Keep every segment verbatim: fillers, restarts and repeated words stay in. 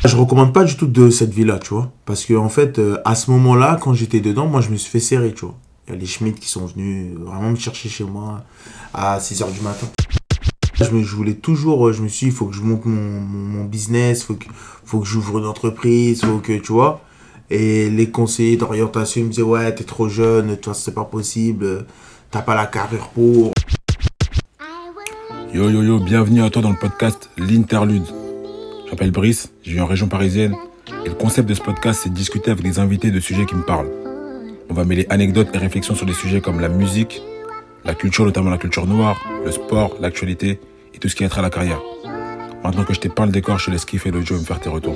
Je recommande pas du tout de cette vie-là, tu vois. Parce que en fait, euh, à ce moment-là, quand j'étais dedans, moi, je me suis fait serrer, tu vois. Il y a les Schmitt qui sont venus vraiment me chercher chez moi à six heures du matin. Je, me, je voulais toujours, je me suis dit, il faut que je monte mon, mon, mon business, il faut que, faut que j'ouvre une entreprise, faut que, tu vois. Et les conseillers d'orientation, ils me disaient, ouais, t'es trop jeune, tu vois, c'est pas possible, t'as pas la carrure pour. Yo yo yo, bienvenue à toi dans le podcast L'Interlude. Je m'appelle Brice, je vis en région parisienne. Et le concept de ce podcast, c'est de discuter avec des invités de sujets qui me parlent. On va mêler anecdotes et réflexions sur des sujets comme la musique, la culture, notamment la culture noire, le sport, l'actualité et tout ce qui a trait à la carrière. Maintenant que je t'ai peint le décor, je te laisse kiffer l'audio et me faire tes retours.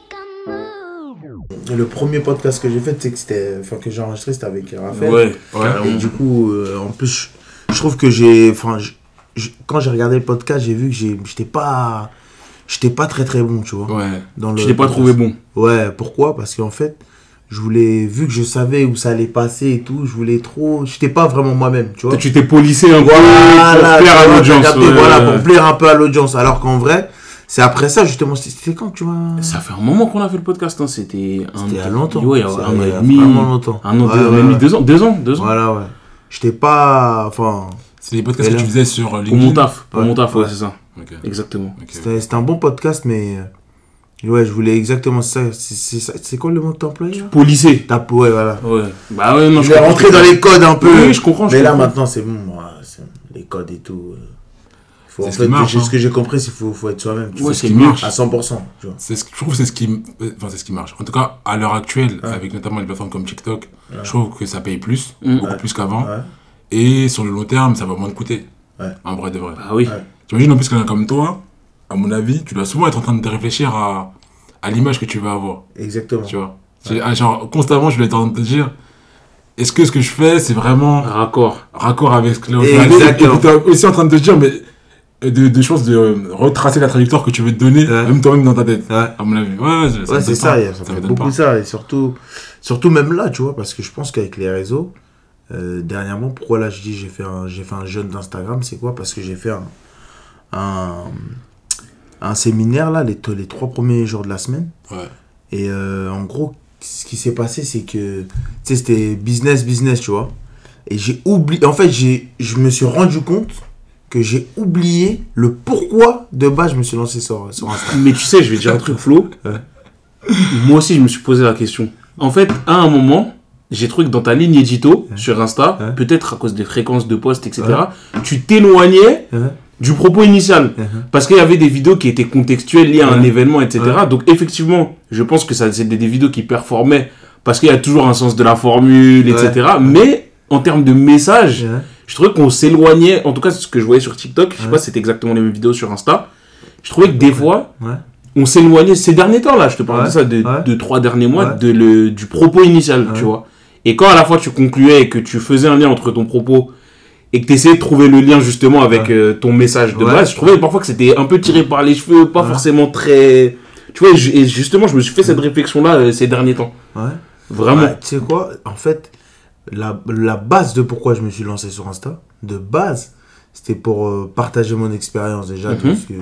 Le premier podcast que j'ai fait, c'est que c'était, enfin que j'ai enregistré, c'était avec Raphaël. Ouais, ouais. Et du coup, euh, en plus, je, je trouve que j'ai, enfin, je, je, quand j'ai regardé le podcast, j'ai vu que j'ai, j'étais pas, j'étais pas très très bon, tu vois. Ouais. Dans le je l'ai pas trouvé bon. Ouais. Pourquoi ? Parce qu'en fait, je voulais, vu que je savais où ça allait passer et tout, je voulais trop, j'étais pas vraiment moi-même, tu vois. Tu t'es polissé un peu voilà, pour plaire à l'audience. Ouais. Voilà, pour plaire un peu à l'audience. Alors qu'en vrai. C'est après ça, justement, c'était quand tu vois. Ça fait un moment qu'on a fait le podcast, hein. C'était un. C'était il y a longtemps. Ouais, il y a un an et demi. Vraiment longtemps. Un an, ouais, deux, ouais, ouais. ouais. deux ans, deux ans, deux ans. Voilà, ouais. J'étais pas. Enfin. C'est les podcasts que là, tu faisais sur LinkedIn. Pour mon taf, pour ouais. mon taf, ouais, ouais. c'est ça. Okay. Exactement. Okay. C'était, c'était un bon podcast, mais. Ouais, je voulais exactement ça. C'est, c'est, c'est quoi le mot que t'emploies ? Polissé. Tape, ouais, voilà. Ouais. Bah ouais, non, je vais rentrer dans les codes un peu. Oui, je comprends. Je mais comprends. là, maintenant, c'est bon. Ouais, c'est les codes et tout. Faut, c'est en ce fait, qui marche, ce hein. que j'ai compris, c'est qu'il faut, faut être soi-même. Ouais, c'est c'est ce qui mieux. marche. À cent pour cent. Tu vois. C'est ce que, je trouve que c'est ce qui, enfin, c'est ce qui marche. En tout cas, à l'heure actuelle, ouais. avec notamment les plateformes comme TikTok, ouais. je trouve que ça paye plus, mmh. beaucoup ouais. plus qu'avant. Ouais. Et sur le long terme, ça va moins te coûter. Ouais. En vrai de vrai. Ah oui. Ouais. Tu imagines en plus quelqu'un comme toi, à mon avis, tu dois souvent être en train de réfléchir à, à l'image que tu vas avoir. Exactement. Tu vois. Ouais. Genre, constamment, je vais être en train de te dire, est-ce que ce que je fais, c'est vraiment raccord, raccord avec ce que l'on fait. Exactement. Et tu es aussi en train de te dire, mais de, de choses de retracer la trajectoire que tu veux te donner, ouais. même toi-même dans ta tête, ouais. à mon avis. Ouais, ça ouais c'est ça, pas. ça, ça, ça fait beaucoup pas. Ça, et surtout, surtout même là, tu vois, parce que je pense qu'avec les réseaux, euh, dernièrement, pourquoi là je dis j'ai fait un, j'ai fait un jeûne d'Instagram, c'est quoi ? Parce que j'ai fait un, un, un séminaire là, les, les trois premiers jours de la semaine, ouais. et euh, en gros, ce qui s'est passé, c'est que, tu sais, c'était business, business, tu vois, et j'ai oublié, en fait, j'ai, je me suis rendu compte que j'ai oublié le pourquoi de base je me suis lancé sur, sur Instagram. Mais tu sais, je vais te dire un truc, Flo. Ouais. Moi aussi, je me suis posé la question. En fait, à un moment, j'ai trouvé que dans ta ligne édito ouais. sur Insta, ouais. peut-être à cause des fréquences de posts, et cetera, ouais. tu t'éloignais ouais. du propos initial. Ouais. Parce qu'il y avait des vidéos qui étaient contextuelles liées à ouais. un événement, et cetera. Ouais. Donc, effectivement, je pense que ça, c'est des, des vidéos qui performaient parce qu'il y a toujours un sens de la formule, et cetera. Ouais. Mais en termes de message, ouais. je trouvais qu'on s'éloignait, en tout cas c'est ce que je voyais sur TikTok, je sais ouais. pas si c'était exactement les mêmes vidéos sur Insta, je trouvais que des fois, ouais. on s'éloignait, ces derniers temps là, je te parle ouais. de ça, de, ouais. de trois derniers mois, ouais. de le, du propos initial, ouais. tu vois. Et quand à la fois tu concluais et que tu faisais un lien entre ton propos et que tu essayais de trouver le lien justement avec ouais. euh, ton message de ouais. base, je trouvais parfois que c'était un peu tiré par les cheveux, pas ouais. forcément très... Tu vois, et justement je me suis fait cette réflexion là euh, ces derniers temps. Ouais. Vraiment. Ouais, tu sais quoi, en fait... La, la base de pourquoi je me suis lancé sur Insta, de base, c'était pour euh, partager mon expérience déjà. Mm-hmm. Parce que...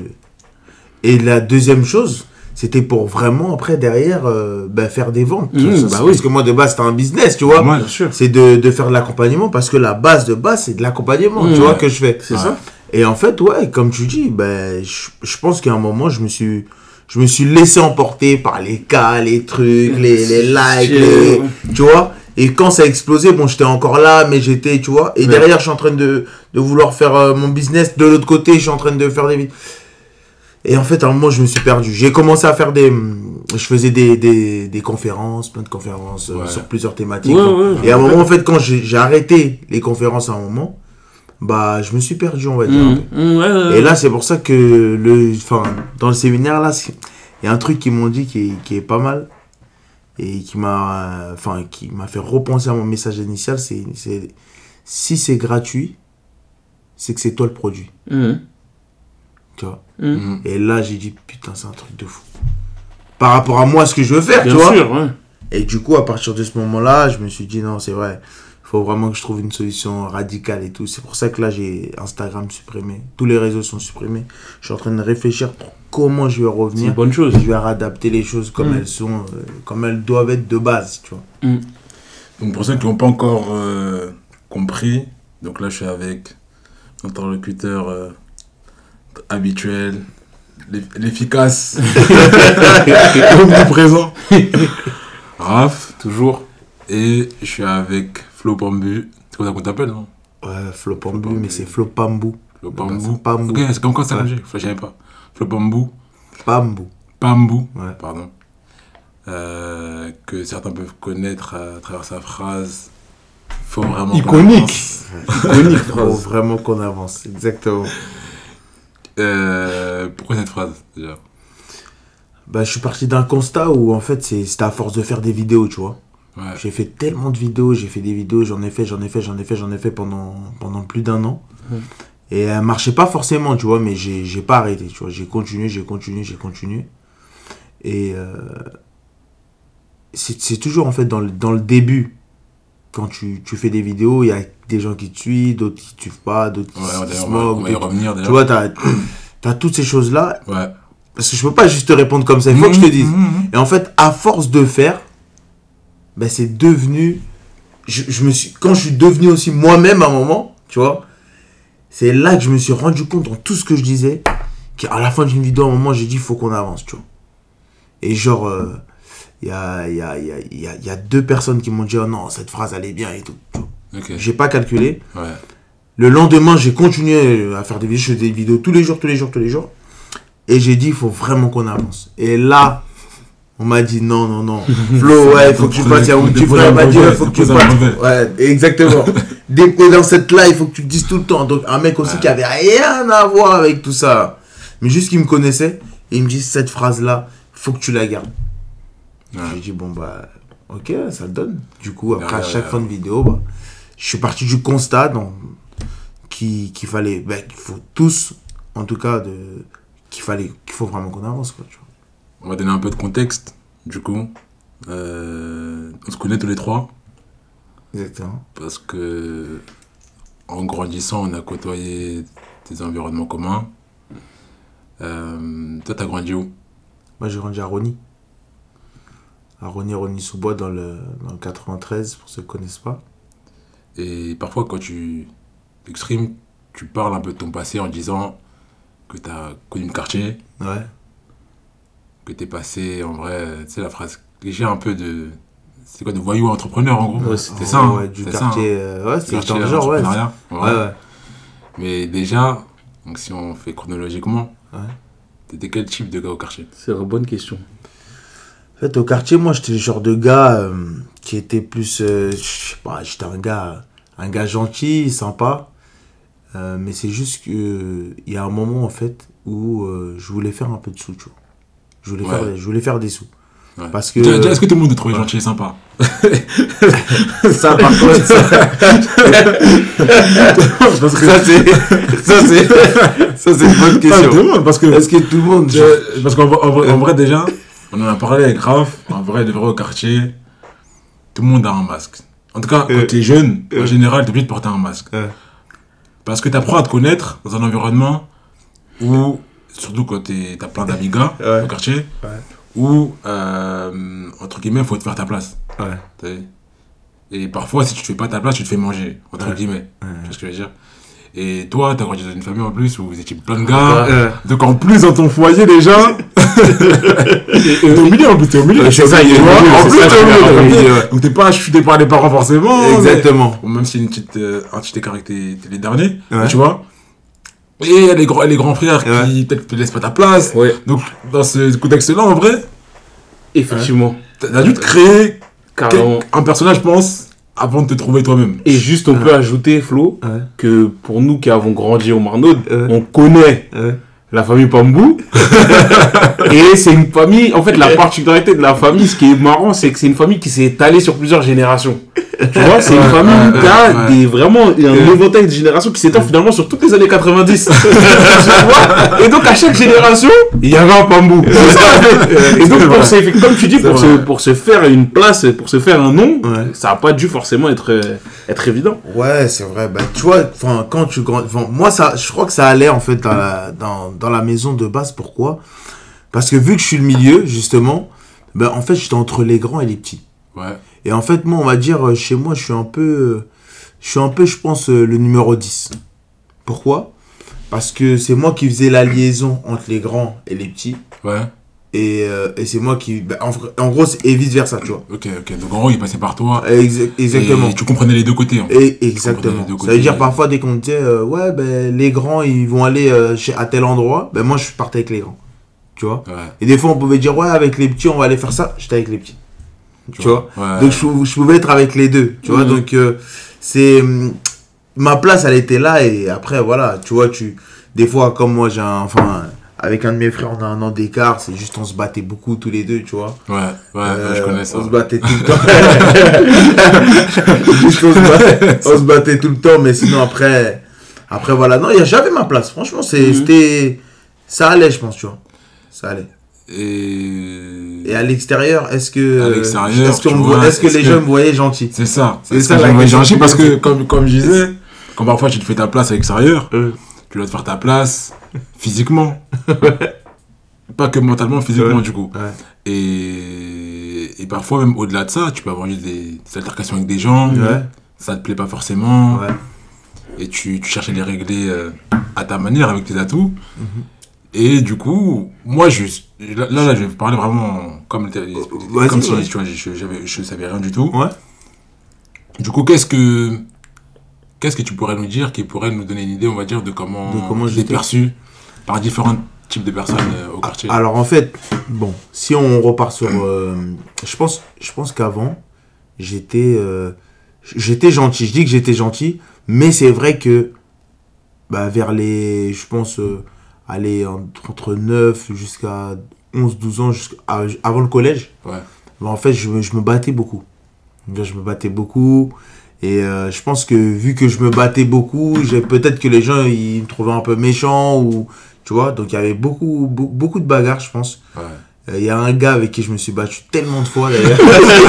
Et la deuxième chose, c'était pour vraiment, après, derrière, euh, bah, faire des ventes. Mmh, ça, bah parce oui. que moi, de base, c'était un business, tu vois. Ouais, bien sûr. C'est de, de faire de l'accompagnement, parce que la base de base, c'est de l'accompagnement, mmh, tu vois, que je fais. C'est ouais. ça. Et en fait, ouais, comme tu dis, bah, je, je pense qu'à un moment, je me suis... Je me suis laissé emporter par les cas, les trucs, les, les likes, les, tu vois. Et quand ça a explosé, bon, j'étais encore là, mais j'étais, tu vois. Et ouais. derrière, je suis en train de, de vouloir faire euh, mon business. De l'autre côté, je suis en train de faire des... Et en fait, à un moment, je me suis perdu. J'ai commencé à faire des... Je faisais des, des, des conférences, plein de conférences ouais. euh, sur plusieurs thématiques. Ouais, ouais, et à un moment, en fait, quand j'ai, j'ai arrêté les conférences à un moment, bah, je me suis perdu, on va dire. Mmh, mmh, ouais, ouais, et là, c'est pour ça que, le, enfin, dans le séminaire, là, il y a un truc qu'ils m'ont dit qui est, qui est pas mal. Et qui m'a, enfin, qui m'a fait repenser à mon message initial, c'est, c'est si c'est gratuit, c'est que c'est toi le produit. Mmh. Tu vois. Mmh. Et là, j'ai dit, putain, c'est un truc de fou. Par rapport à moi, ce que je veux faire, Bien tu vois. sûr, ouais. Et du coup, à partir de ce moment-là, je me suis dit, non, c'est vrai. faut vraiment que je trouve une solution radicale et tout. C'est pour ça que là, j'ai Instagram supprimé. Tous les réseaux sont supprimés. Je suis en train de réfléchir pour comment je vais revenir. C'est une bonne chose. Je vais réadapter les choses comme mmh. elles sont, euh, comme elles doivent être de base, tu vois. Mmh. Donc pour ceux qui n'ont pas encore euh, compris, donc là, je suis avec l'interlocuteur euh, habituel, l'efficace, omniprésent, Raph. Toujours. Et je suis avec Flo Pambu. C'est comme ça qu'on t'appelle, non? Ouais, Flo Pambu, mais c'est Flo Pambu. Flo Pambu. Pambu. Ok, c'est comme quoi ça ouais. Je savais pas. Flo Pambu. Pambu. Pambu, ouais. pardon. Euh, que certains peuvent connaître à travers sa phrase. Faut vraiment iconique. Iconique phrase. Faut vraiment qu'on avance, exactement. Euh, pourquoi cette phrase déjà? Bah, je suis parti d'un constat où en fait c'est, c'était à force de faire des vidéos, tu vois. Ouais. J'ai fait tellement de vidéos, j'ai fait des vidéos, j'en ai fait, j'en ai fait, j'en ai fait, j'en ai fait pendant, pendant plus d'un an. Mmh. Et elles marchaient pas forcément, tu vois, mais j'ai, j'ai pas arrêté, tu vois. J'ai continué, j'ai continué, j'ai continué. Et euh, c'est, c'est toujours en fait dans le, dans le début, quand tu, tu fais des vidéos, il y a des gens qui te suivent, d'autres qui te suivent pas, d'autres qui ouais, se moquent. On va y revenir d'ailleurs. Tu vois, t'as, t'as toutes ces choses-là. Ouais. Parce que je peux pas juste te répondre comme ça, il faut mmh, que je te dise. Mmh, mmh. Et en fait, à force de faire, ben c'est devenu... Je, je me suis, quand je suis devenu aussi moi-même à un moment, tu vois, c'est là que je me suis rendu compte dans tout ce que je disais, qu'à la fin d'une vidéo, à un moment, j'ai dit, il faut qu'on avance, tu vois. Et genre, il euh, y, a, y, a, y, a, y, a, y a deux personnes qui m'ont dit, oh non, cette phrase, elle est bien et tout. Tu vois. Okay. J'ai pas calculé. Ouais. Le lendemain, j'ai continué à faire des vidéos, je faisais des vidéos tous les jours, tous les jours, tous les jours. Et j'ai dit, il faut vraiment qu'on avance. Et là, on m'a dit, non, non, non. Flo, ouais, il faut que tu passes. Il y a mon petit frère m'a dit, il faut que tu passes. Ouais, exactement. Dès dans cette là, il faut que tu le dises tout le temps. Donc, un mec aussi ouais. qui avait rien à voir avec tout ça. Mais juste qu'il me connaissait. Et il me dit, cette phrase-là, il faut que tu la gardes. Ouais. J'ai dit, bon, bah, ok, ça le donne. Du coup, après, ouais, à chaque ouais, fin ouais. de vidéo, bah, je suis parti du constat donc, qu'il, qu'il fallait, bah, qu'il faut tous, en tout cas, de... qu'il fallait qu'il faut vraiment qu'on avance quoi, tu vois. On va donner un peu de contexte du coup euh, on se connaît tous les trois exactement parce que en grandissant on a côtoyé des environnements communs. Euh, toi t'as grandi où? Moi j'ai grandi à Rony à Rony Rony-sous-Bois dans le, dans le quatre-vingt-treize pour ceux qui ne connaissent pas. Et parfois quand tu t'exprimes tu parles un peu de ton passé en disant que tu as connu le quartier, ouais. que tu es passé, en vrai, tu sais, la phrase cliché un peu de... C'est quoi, de voyou entrepreneur, en gros? Ouais, c'était oh, ça, ouais, hein, du quartier, ça, hein. ouais, c'était le genre, ouais. Ouais. ouais, ouais. Mais déjà, donc si on fait chronologiquement, ouais. t'étais quel type de gars au quartier? C'est une bonne question. En fait, au quartier, moi, j'étais le genre de gars euh, qui était plus... Euh, je sais pas, j'étais un gars, un gars gentil, sympa. Euh, mais c'est juste qu'il euh, y a un moment en fait où euh, je voulais faire un peu de sous, tu vois. Je voulais, ouais. faire, je voulais faire des sous. Ouais. Parce que... Déjà, est-ce que tout le monde te trouvait ouais. gentil et sympa? Ça, par contre, ça... parce que ça, c'est... Ça, c'est... Ça, c'est une bonne question. Tout le monde, parce que... Est-ce que tout le monde... Je... Parce qu'en en vrai, en vrai, déjà, on en a parlé avec Raph, en vrai, de vrai au quartier, tout le monde a un masque. En tout cas, quand euh, t'es jeune, euh, en général, t'es obligé de porter un masque. Euh, Parce que tu apprends à te connaître dans un environnement où, surtout quand tu as plein d'amis gars ouais. au quartier, ouais. où, euh, entre guillemets, il faut te faire ta place. Ouais. Et parfois, si tu ne te fais pas ta place, tu te fais manger, entre ouais. guillemets. Ouais. Tu vois ce que je veux dire? Et toi, tu as grandi dans une famille en plus où vous étiez plein de gars. Ouais. Donc en plus, dans ton foyer déjà, t'es au milieu en plus, t'es au milieu. Ouais, c'est ça, il est au milieu. En plus, t'es au milieu. Donc t'es pas chuté par les parents forcément. Exactement. Mais, même si une petite, euh, un petit écart t'es les derniers, ouais. tu vois. Et les, gros, les grands frères ouais. qui peut-être te laissent pas ta place. Ouais. Donc dans ce contexte-là, en vrai, effectivement, t'as dû te créer quel, un personnage, je pense, avant de te trouver toi-même. Et juste, on ouais. peut ajouter, Flo, ouais. que pour nous qui avons grandi au Marnaud, ouais. on connaît ouais. la famille Pambu. Et c'est une famille, en fait, la particularité de la famille, ce qui est marrant, c'est que c'est une famille qui s'est étalée sur plusieurs générations. Tu vois, c'est une famille où t'as des, vraiment un éventail de générations qui s'étend finalement sur toutes les années quatre-vingt-dix. Tu vois. Et donc, à chaque génération, il y avait un Pambou. C'est ça, en fait. Et donc, pour se, comme tu dis, pour se, pour se faire une place, pour se faire un nom, ouais. ça n'a pas dû forcément être, être évident. Ouais, c'est vrai. Bah, tu vois, quand tu grandis. Moi, ça, je crois que ça allait, en fait, dans la, dans, dans la maison de base. Pourquoi ? Parce que vu que je suis le milieu, justement, ben, en fait, j'étais entre les grands et les petits. Ouais. Et en fait, moi, on va dire, chez moi, je suis un peu, je suis un peu, je pense, le numéro dix. Pourquoi ? Parce que c'est moi qui faisais la liaison entre les grands et les petits. Ouais. Et, euh, et c'est moi qui... Ben, en, en gros, et vice-versa, tu vois. Ok, ok. Donc, en gros, il passait par toi. Exa- exactement. Et tu comprenais les deux côtés. En fait. Et, exactement. Ça côtés, veut dire, parfois, dès qu'on disait, euh, ouais, ben, les grands, ils vont aller euh, chez, à tel endroit, ben, moi, je partais avec les grands. Tu vois. Ouais. Et des fois, on pouvait dire, ouais, avec les petits, on va aller faire ça. J'étais avec les petits. Tu, tu vois, vois. Ouais. Donc, je, je pouvais être avec les deux. Tu mmh. vois, donc, euh, c'est... Ma place, elle était là. Et après, voilà, tu vois, tu... Des fois, comme moi, j'ai un... Enfin, avec un de mes frères, on a un an d'écart. C'est juste, on se battait beaucoup tous les deux, tu vois. Ouais, ouais, euh, je connais ça. On se battait tout le temps. juste, on se battait, on se battait tout le temps. Mais sinon, après... Après, voilà. Non, j'avais ma place. Franchement, c'est, mmh. c'était... Ça allait, je pense, tu vois. Ça allait. Et... Et à l'extérieur, est-ce que, à l'extérieur, est-ce, vois, est-ce que est-ce les que... gens me voyaient gentil ? C'est ça. C'est, c'est ça la question. Gentil parce que, comme, comme je disais, quand parfois tu te fais ta place à l'extérieur, euh. tu dois te faire ta place physiquement. Pas que mentalement, physiquement, ouais. du coup. Ouais. Et... et parfois, même au-delà de ça, tu peux avoir juste des, des altercations avec des gens. Ouais. Ça te plaît pas forcément. Ouais. Et tu, tu cherches à les régler euh, à ta manière, avec tes atouts. Mm-hmm. Et du coup, moi, je, là, là, je vais parler vraiment comme, ouais, comme si ouais. tu vois, je, j'avais, je savais rien du tout. Ouais. Du coup, qu'est-ce que, qu'est-ce que tu pourrais nous dire qui pourrait nous donner une idée, on va dire, de comment, de comment j'étais perçu par différents types de personnes euh, au quartier ? Alors, en fait, bon, si on repart sur... Euh, je, pense, je pense qu'avant, j'étais, euh, j'étais gentil. Je dis que j'étais gentil, mais c'est vrai que bah, vers les... Je pense... Euh, aller entre neuf jusqu'à onze douze ans, jusqu'à, avant le collège, ouais. bah en fait, je me, je me battais beaucoup. Je me battais beaucoup. Et euh, je pense que vu que je me battais beaucoup, j'ai, peut-être que les gens ils me trouvaient un peu méchant. Ou, tu vois, donc il y avait beaucoup, beaucoup, beaucoup de bagarres, je pense. Il ouais. euh, y a un gars avec qui je me suis battu tellement de fois, d'ailleurs.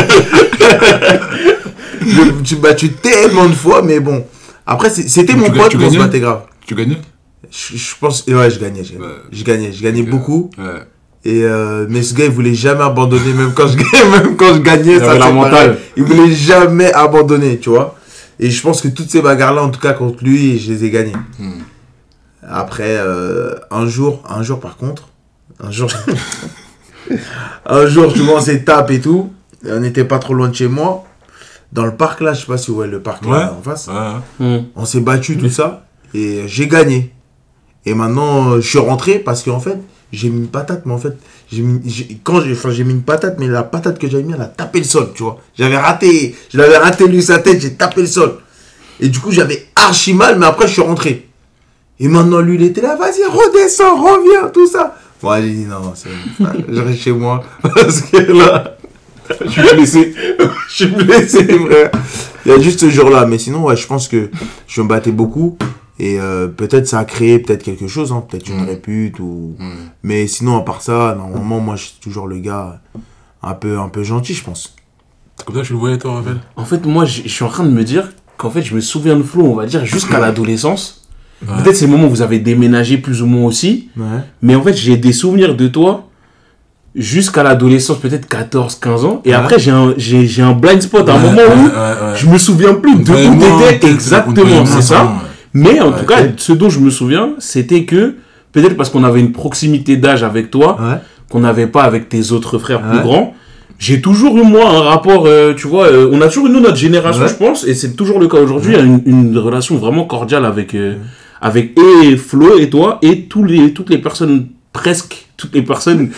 je me suis battu tellement de fois, mais bon. Après, c'était mon pote, mais on se battait grave. Tu gagnais ? Je, je pense ouais je gagnais je gagnais ouais. je gagnais, je gagnais okay. beaucoup ouais. et euh, mais ce gars il voulait jamais abandonner même quand je gagnais même quand je gagnais il, ça, la mentale. il voulait jamais abandonner, tu vois, et je pense que toutes ces bagarres là en tout cas contre lui je les ai gagnées. hmm. Après euh, un jour un jour par contre un jour un jour tu vois on s'est tapé et tout et on n'était pas trop loin de chez moi dans le parc là, je sais pas si vous voyez le parc ouais. là en face, ouais. hmm. on s'est battu tout ça et j'ai gagné. Et maintenant, je suis rentré parce qu'en fait, j'ai mis une patate, mais en fait, j'ai mis, j'ai, quand j'ai, enfin, j'ai mis une patate, mais la patate que j'avais mis, elle a tapé le sol, tu vois. J'avais raté, je l'avais raté lui sa tête, j'ai tapé le sol. Et du coup, j'avais archi mal, mais après, je suis rentré. Et maintenant, lui, il était là, vas-y, redescends, reviens, tout ça. Moi, j'ai dit non, c'est bon, je reste chez moi. Parce que là, je suis blessé. Je suis blessé, frère. Il y a juste ce jour-là, mais sinon, ouais, je pense que je me battais beaucoup. Et euh, peut-être ça a créé peut-être quelque chose, hein, peut-être une mmh. répute ou... Mmh. Mais sinon, à part ça, normalement, moi, je suis toujours le gars un peu, un peu gentil, je pense. Comme ça, tu le voyais, toi, Raphaël ? En fait, moi, je suis en train de me dire qu'en fait, je me souviens de Flo, on va dire, jusqu'à l'adolescence. Ouais. Peut-être c'est le moment où vous avez déménagé plus ou moins aussi. Ouais. Mais en fait, j'ai des souvenirs de toi jusqu'à l'adolescence, peut-être quatorze quinze ans. Et ouais. après, j'ai un, j'ai, j'ai un blind spot à un ouais, moment où ouais, ouais, ouais. je me souviens plus de où t'étais exactement, c'est ça. Ouais. Mais en ouais, tout cas, okay. ce dont je me souviens, c'était que, peut-être parce qu'on avait une proximité d'âge avec toi, ouais. qu'on n'avait pas avec tes autres frères ouais. plus grands, j'ai toujours eu, moi, un rapport, euh, tu vois, euh, on a toujours eu, nous, notre génération, ouais. je pense, et c'est toujours le cas aujourd'hui, ouais. une, une relation vraiment cordiale avec, euh, ouais. avec et Flo et toi, et tous les, toutes les personnes, presque, toutes les personnes,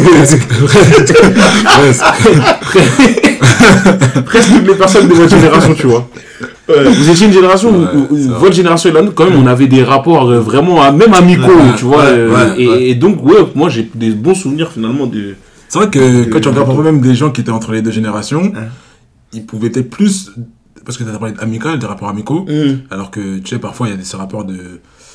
presque toutes les personnes de votre génération, tu vois. Ouais. Vous étiez une génération où, ouais, où, où votre génération et la nôtre, quand même, on avait des rapports euh, vraiment, même amicaux, ouais, tu vois. Ouais, euh, ouais, et, ouais. et donc, ouais, moi, j'ai des bons souvenirs, finalement, de... C'est vrai que de, quand tu regardes parfois même des gens qui étaient entre les deux générations, ouais. ils pouvaient être plus parce que tu as parlé d'amical, des rapports amicaux, Mm. alors que tu sais, parfois il y a des, ces rapports de.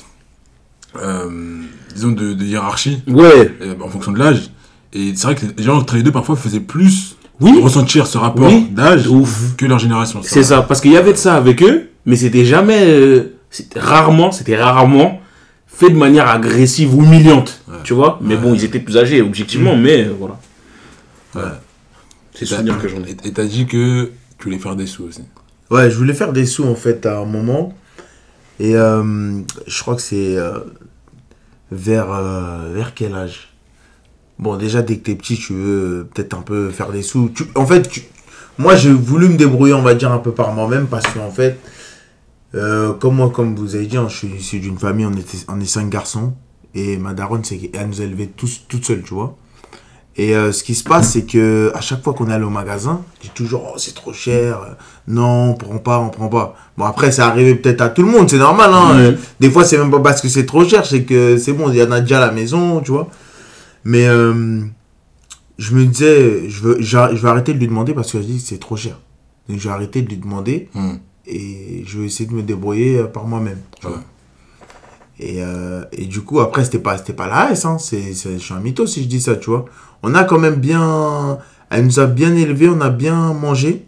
Euh, disons de, de hiérarchie Ouais. euh, en fonction de l'âge. Et c'est vrai que les gens entre les deux parfois faisaient plus Oui. ressentir ce rapport Oui. d'âge De ouf. que leur génération. C'est ça, parce qu'il y avait de ça avec eux, mais c'était jamais. euh, c'était rarement, c'était rarement fait de manière agressive ou humiliante. Ouais. Tu vois. Mais Ouais. bon, ils étaient plus âgés, objectivement, mais euh, voilà. Ouais. C'est Et le souvenir t'as- que j'en ai. Et et t'as dit que tu voulais faire des sous aussi. Ouais, je voulais faire des sous en fait à un moment. Et euh, je crois que c'est euh, vers, euh, vers quel âge? Bon, déjà, dès que t'es petit, tu veux peut-être un peu faire des sous. Tu, en fait, tu, moi, j'ai voulu me débrouiller, on va dire, un peu par moi-même parce qu'en fait, euh, comme moi, comme vous avez dit, hein, je suis issu d'une famille, on, était, on est cinq garçons. Et ma daronne, c'est qu'elle nous a élevés tous, toute seule, tu vois. Et euh, ce qui se passe, c'est que à chaque fois qu'on allait au magasin, je dis toujours, oh, c'est trop cher, euh, non, on prend pas, on prend pas. Bon, après, ça arrivait peut-être à tout le monde, c'est normal, hein. Mhm. Euh, Des fois, c'est même pas parce que c'est trop cher, c'est que c'est bon, il y en a déjà à la maison, tu vois. Mais euh, je me disais, je veux, j'a- je vais arrêter de lui demander parce que je dis que c'est trop cher. Donc, je vais arrêter de lui demander Hmm. et je vais essayer de me débrouiller euh, par moi-même, tu Ouais. vois. Et, euh, et du coup, après, c'était pas, c'était pas la S, hein. C'est, c'est, je suis un mytho si je dis ça, tu vois. On a quand même bien. Elle nous a bien élevés, on a bien mangé.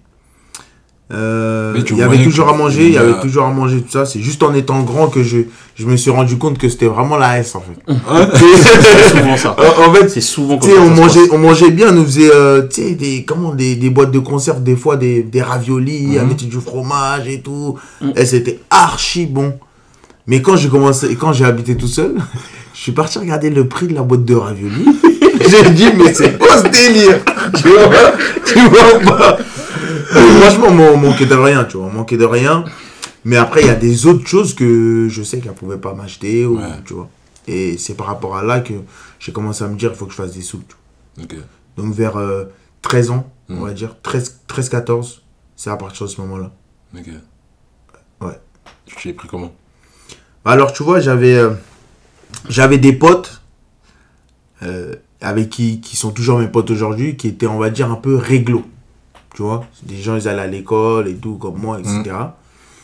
Euh, Mais tu il y avait voyais toujours que- à manger, il y il y a- avait toujours à manger, tout ça. C'est juste en étant grand que je, je me suis rendu compte que c'était vraiment la S, en fait. C'est souvent ça. en en fait, C'est souvent tu comme sais, ça. on que ça se mangeait, passe. on mangeait bien, on nous faisait, euh, tu sais, des, comment, des, des boîtes de conserve, des fois des, des raviolis, Mhm. avec du fromage et tout. Mhm. Et c'était archi bon. Mais quand j'ai commencé, quand j'ai habité tout seul, je suis parti regarder le prix de la boîte de raviolis. J'ai dit, mais c'est quoi ce délire? Tu vois, tu vois ou pas? Franchement, on manquait de rien, tu vois, on manquait de rien. Mais après, il y a des autres choses que je sais qu'elle pouvait pas m'acheter, ou, Ouais. tu vois. Et c'est par rapport à là que j'ai commencé à me dire, il faut que je fasse des sous, tu vois. Ok. Donc vers euh, treize ans, Mm. on va dire, treize quatorze, c'est à partir de ce moment-là. Ok. Ouais. Tu l'as pris comment? Alors tu vois, j'avais euh, j'avais des potes euh, avec qui, qui sont toujours mes potes aujourd'hui, qui étaient, on va dire, un peu réglo. Tu vois, des gens, ils allaient à l'école et tout, comme moi, et cetera.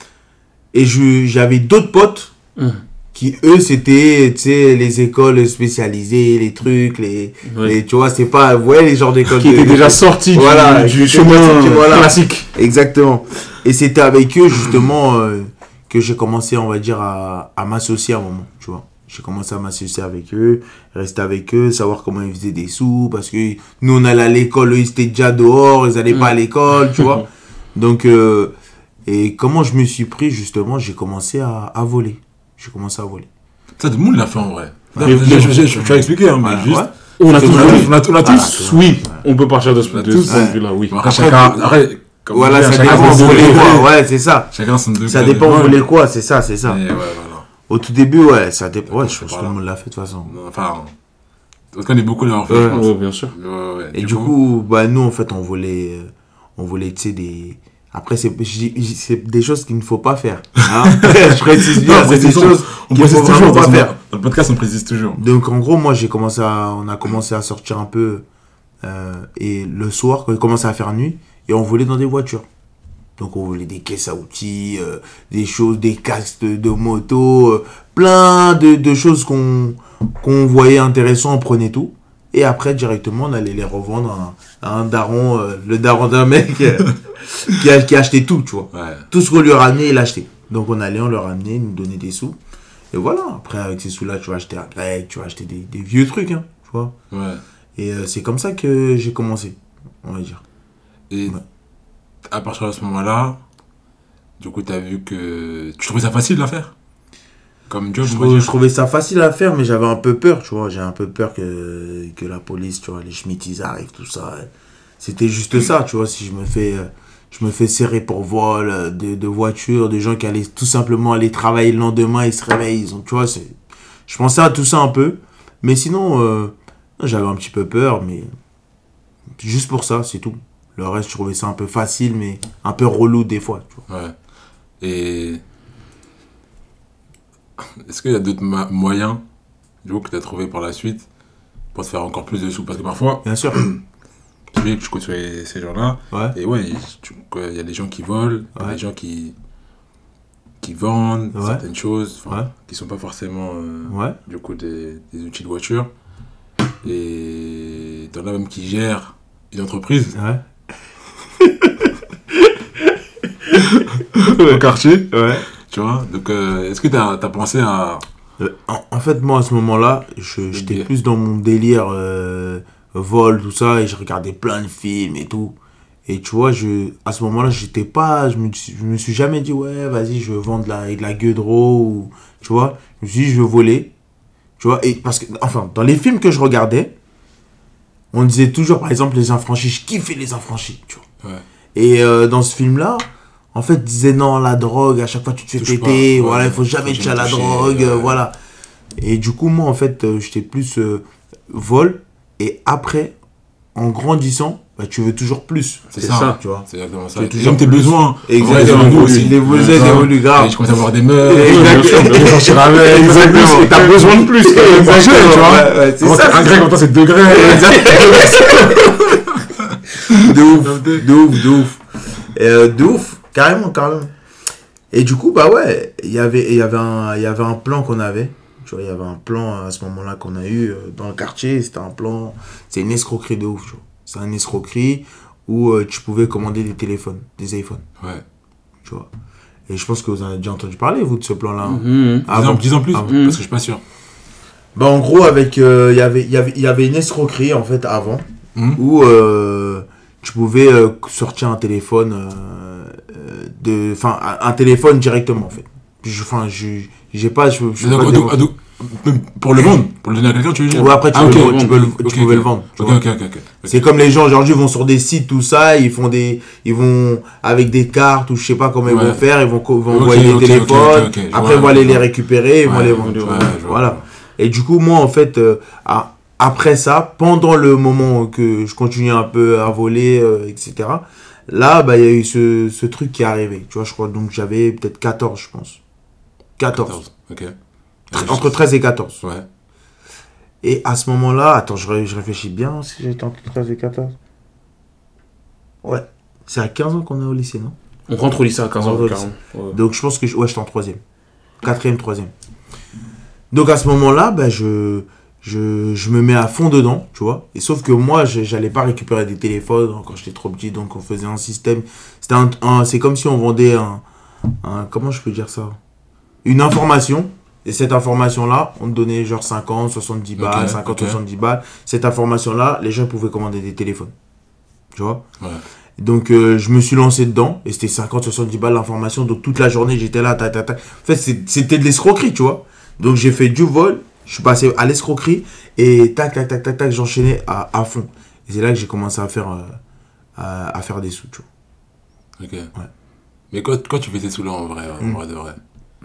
Et je- j'avais d'autres potes Mm. qui, eux, c'était, tu sais, les écoles spécialisées, les trucs, les, Ouais. les- tu vois, c'est pas, vous voyez, les genres d'écoles. Qui de- était déjà sorti du- Voilà, du, qui était chemin déjà sorti, voilà. classique. Exactement. Et c'était avec eux, justement, euh, que j'ai commencé, on va dire, à, à m'associer à un moment, tu vois. J'ai commencé à m'associer avec eux, rester avec eux, savoir comment ils faisaient des sous, parce que nous, on allait à l'école, eux, ils étaient déjà dehors, ils n'allaient pas à l'école, tu vois. Donc, euh, et comment je me suis pris, justement, j'ai commencé à, à voler. J'ai commencé à voler. Ça, tout le monde l'a fait en vrai. Mais- je, je, je, je, tu as expliqué, hein, mais Ouais, juste. ouais. On a tous On a volé. tous- on a tous- on a Voilà, tous. tu vois. Oui, on peut partir de ce, On a de tous, ce point ouais. de vue-là, oui. Après, chacun. Après, comme Voilà, on dit, ça chacun dépend, son on voulait degré. quoi. Ouais, c'est ça. Chacun son degré. Ça dépend, on Ouais. voulait quoi, c'est ça, c'est ça. Et ouais, voilà. Au tout début, ouais, ça dépend. Ouais, je C'est pense que par tout le là. monde l'a fait, de toute façon. Enfin, on se connaît beaucoup d'avoir fait, Ouais. je pense. Ouais, bien sûr. Ouais, ouais. Et du coup, bah, nous, en fait, on volait, euh, on volait, tu sais, des... Après, c'est, je dis- je- c'est des choses qu'il ne faut pas faire. Hein. Je précise bien, Non, c'est des précisons. choses On qu'il ne précise faut toujours vraiment dans, pas ce- faire. dans le podcast, on précise toujours. Donc, en gros, moi, j'ai commencé à, on a commencé à sortir un peu, euh, et le soir, quand il commençait à faire nuit, et on volait dans des voitures. Donc, on volait des caisses à outils, euh, des choses, des casques de, de moto, euh, plein de, de choses qu'on, qu'on voyait intéressantes, on prenait tout. Et après, directement, on allait les revendre à un, à un daron, euh, le daron d'un mec euh, qui, a, qui a acheté tout, tu vois. Ouais. Tout ce qu'on lui ramenait, il achetait. Donc on allait, on le ramenait, il nous donnait des sous. Et voilà, après avec ces sous-là, tu vas acheter un grec, tu vas acheter des, des vieux trucs, hein, tu vois. Ouais. Et euh, c'est comme ça que j'ai commencé, on va dire. Et Ouais. à partir de ce moment-là, du coup, tu as vu que tu trouvais ça facile à faire comme job, Je, on va trou- dire. je trouvais ça facile à faire, mais j'avais un peu peur, tu vois. J'ai un peu peur que, que la police, tu vois, les schmitts, ils arrivent, tout ça. C'était juste ça, tu vois, si je me fais... euh, Je me fais serrer pour vol euh, de, de voitures, de gens qui allaient tout simplement aller travailler le lendemain, ils se réveillent, ils ont, tu vois, c'est... Je pensais à tout ça un peu, mais sinon, euh, j'avais un petit peu peur, mais juste pour ça, c'est tout. Le reste, je trouvais ça un peu facile, mais un peu relou des fois, tu vois. Ouais. Et est-ce qu'il y a d'autres ma- moyens, du coup, que tu as trouvé par la suite pour te faire encore plus de sous? Parce que parfois, Bien sûr. il particulier que tu côtoies ces gens-là. Ouais. Et ouais, il y a des gens qui volent, il y a Ouais. des gens qui, qui vendent Ouais. certaines choses, Ouais. qui sont pas forcément euh, Ouais. du coup des, des outils de voiture. Et t'en as même qui gèrent une entreprise Ouais. au quartier, Ouais. tu vois. Donc, euh, est-ce que t'as as pensé à... Euh, En, en fait, moi, à ce moment-là, je- j'étais délire. plus dans mon délire euh, vol, tout ça, et je regardais plein de films et tout. Et tu vois, je, à ce moment-là, j'étais pas, je me, suis- je me suis jamais dit, ouais, vas-y, je veux vendre de la, de la gueule de ro, ou, tu vois. Je me suis dit, je veux voler, tu vois. Et parce que, enfin, dans les films que je regardais, on disait toujours, par exemple, les affranchis, je kiffais les affranchis, tu vois. Ouais. Et euh, dans ce film-là, en fait, disait non, la drogue, à chaque fois tu te fais Touche péter, pas, voilà, ouais, il faut jamais faut toucher à jamais la toucher, drogue, ouais. euh, voilà. Et du coup, moi, en fait, euh, j'étais plus euh, vol, et après, en grandissant, bah, tu veux toujours plus. C'est C'est ça. ça. Tu vois. C'est exactement ça. Tu veux Et toujours même tes plus. besoins. Exactement. Ouais, aussi. Les besoins évoluent grave. Et je commence à avoir des meufs. Exactement. Je vais sortir avec. Exactement. Et t'as besoin de plus. quand même. Exactement, tu vois. ouais, ouais, c'est Avant, ça, un c'est grec, en temps, c'est degrés. De ouf, de ouf, de ouf. Euh, de ouf, carrément, carrément. Et du coup, bah ouais, il y avait, il y avait un, il y avait un plan qu'on avait. Tu vois, il y avait un plan à ce moment-là qu'on a eu euh, dans le quartier. C'était un plan, c'est une escroquerie de ouf, tu vois. C'est une escroquerie où euh, tu pouvais commander des téléphones, des iPhones, Ouais. tu vois. Et je pense que vous en avez déjà entendu parler, vous, de ce plan-là. hein. Mhm. Dis en, dis en plus, Ah, parce que je suis pas sûr. Bah, en gros, avec, euh, il y avait, il y avait, il y avait une escroquerie, en fait, avant, Mhm. où euh, tu pouvais euh, sortir un téléphone, euh, euh, de, enfin, un, un téléphone directement, en fait. Je, enfin, je, j'ai pas, je, je peux Donc, pas donc, démontrer. donc, pour le vendre, pour le donner à quelqu'un, tu veux dire? Ouais, après, tu Ah, peux, ok, le, bon, tu peux, le, ok, tu pouvais ok. le vendre. tu Ok, vois. ok, ok, ok. C'est comme les gens aujourd'hui vont sur des sites, tout ça, ils font des, ils vont avec des cartes ou je sais pas comment ils Ouais. vont faire, ils vont, co- vont Ok, envoyer des ok, téléphones, ok, ok, ok. Je après vois, ils vont aller je les vois. récupérer, ils vont Ouais, les je vendre. vois, tu vois. ouais, je vois. Voilà. Et du coup, moi, en fait, euh, à- après ça, pendant le moment que je continuais un peu à voler, euh, et cetera, là, bah, il y a eu ce, ce truc qui est arrivé. Tu vois, je crois, donc j'avais peut-être quatorze, je pense. quatorze. quatorze, ok. Entre treize et quatorze. Ouais. Et à ce moment-là, attends, je, ré- je réfléchis bien si j'étais entre treize et quatorze. Ouais. C'est à quinze ans qu'on est au lycée, non? On rentre au lycée à quinze On ans, rentre au carrément. Ouais. Donc je pense que je, ouais, j'étais en troisième. Quatrième, troisième. Donc à ce moment-là, bah, je, je, je me mets à fond dedans, tu vois. Et sauf que moi, je- j'allais pas récupérer des téléphones quand j'étais trop petit, donc on faisait un système. C'était un, un- c'est comme si on vendait un, un. Comment je peux dire ça? Une information. Et cette information-là, on te donnait genre cinquante, soixante-dix balles, Ok, cinquante, ok. soixante-dix balles. Cette information-là, les gens pouvaient commander des téléphones. Tu vois? Ouais. Donc euh, je me suis lancé dedans et c'était cinquante soixante-dix balles l'information, donc toute la journée j'étais là, ta, ta, ta. En fait c'est- c'était de l'escroquerie, tu vois. Donc j'ai fait du vol, je suis passé à l'escroquerie et tac tac tac tac tac j'enchaînais à, à fond. Et c'est là que j'ai commencé à faire, euh, à, à faire des sous, tu vois. Ok. Mais quand, quand tu fais ces sous-là en vrai, en Mm. vrai de vrai,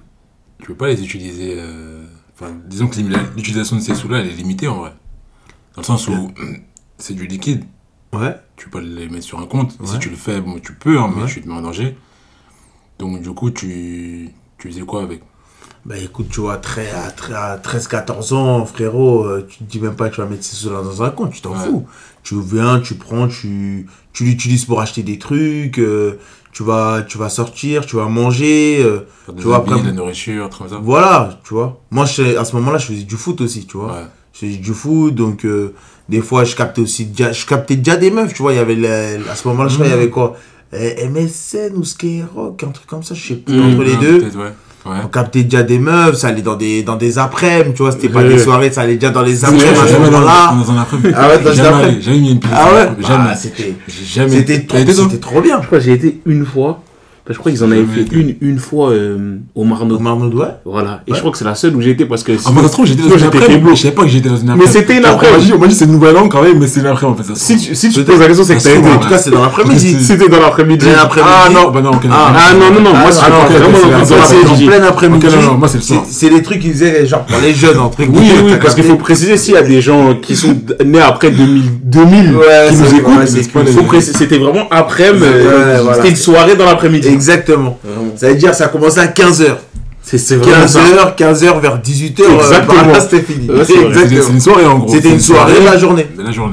tu peux pas les utiliser. euh, Enfin, disons que l'utilisation de ces sous-là, elle est limitée en vrai. Dans le sens où c'est du liquide, Ouais. tu peux les mettre sur un compte. Et si Ouais. tu le fais, bon, tu peux, hein, mais Ouais. tu te mets en danger. Donc du coup, tu, tu faisais quoi avec? Bah écoute, tu vois, très, à, très, à treize quatorze ans, frérot, euh, tu te dis même pas que tu vas mettre ces sous-là dans un compte, tu t'en Ouais. fous. Tu viens, tu prends, tu, tu l'utilises pour acheter des trucs, euh, tu, vas, tu vas sortir, tu vas manger. euh, Faire des Tu vois, habits, après- de la nourriture, trucs comme ça. Voilà, tu vois. Moi, je, à ce moment-là, je faisais du foot aussi, tu vois. Ouais. Je faisais du foot, donc euh, des fois, je captais aussi déjà, je captais déjà des meufs, tu vois. Il y avait la- à ce moment-là, je sais pas, il y avait quoi euh, M S N ou Skyrock, un truc comme ça, je sais plus, Mmh, entre les Ah, deux. peut-être, ouais. Ouais. On captait déjà des meufs, ça allait dans des, dans des après-midi, tu vois. C'était pas Ouais. des soirées, ça allait déjà dans les Jamais, après-midi à ce jamais dans, moment-là. dans un après-midi. Ah ouais, dans un jamais, après-midi. allé, jamais mis une pièce. Ah ouais Jamais. Ah, c'était, J'ai jamais. c'était, T'as été, trop, toi c'était trop bien. Je crois que j'ai été une fois. Enfin, je crois qu'ils en avaient Jamais fait été. une, une fois euh, au Marnaud. Au Marnaud, ouais. Voilà. Et Ouais. je crois que c'est la seule où j'ai été parce que. Ah, moi, ça se trouve, j'étais dans Sinon, une j'étais après-midi. faiblo. Je savais pas que j'étais dans une Mais après-midi. c'était une On m'a après-midi. dit, on m'a dit, c'est une nouvelle langue quand même, mais c'est une après-midi en fait. Ça se Si trouve. tu, si tu te Peut-être- poses la question, c'est que Ça t'as se été. trouve, En tout cas, c'est dans l'après-midi. C'était dans l'après-midi. Plein après-midi. Ah non, bah non, ok. Ah, Ah non, non, non. Moi, Ah, c'est non, ok, vraiment ok, dans c'est dans la- C'est en l'après-midi. plein après-midi. Ok, non, non, moi, c'est le soir. C'est les trucs qu'ils faisaient, genre, pour les jeunes, entre Oui, guillemets. oui, t'as parce qu'il capté. faut préciser s'il y a des gens qui sont nés après deux mille, deux mille Ouais, qui c'est nous vrai, écoutent. ouais, c'est Il faut cool. préciser, c'était vraiment après, mais Ouais, voilà. c'était une soirée dans l'après-midi. Exactement. Vraiment. Ça veut dire ça a commencé à quinze heures. C'est c'est vraiment quinze ça. heures, quinze heures vers dix-huit heures. Exactement. Là, c'était fini. Ouais, c'est vrai. C'était- C'est une soirée en gros. C'était une soirée la journée. De la journée.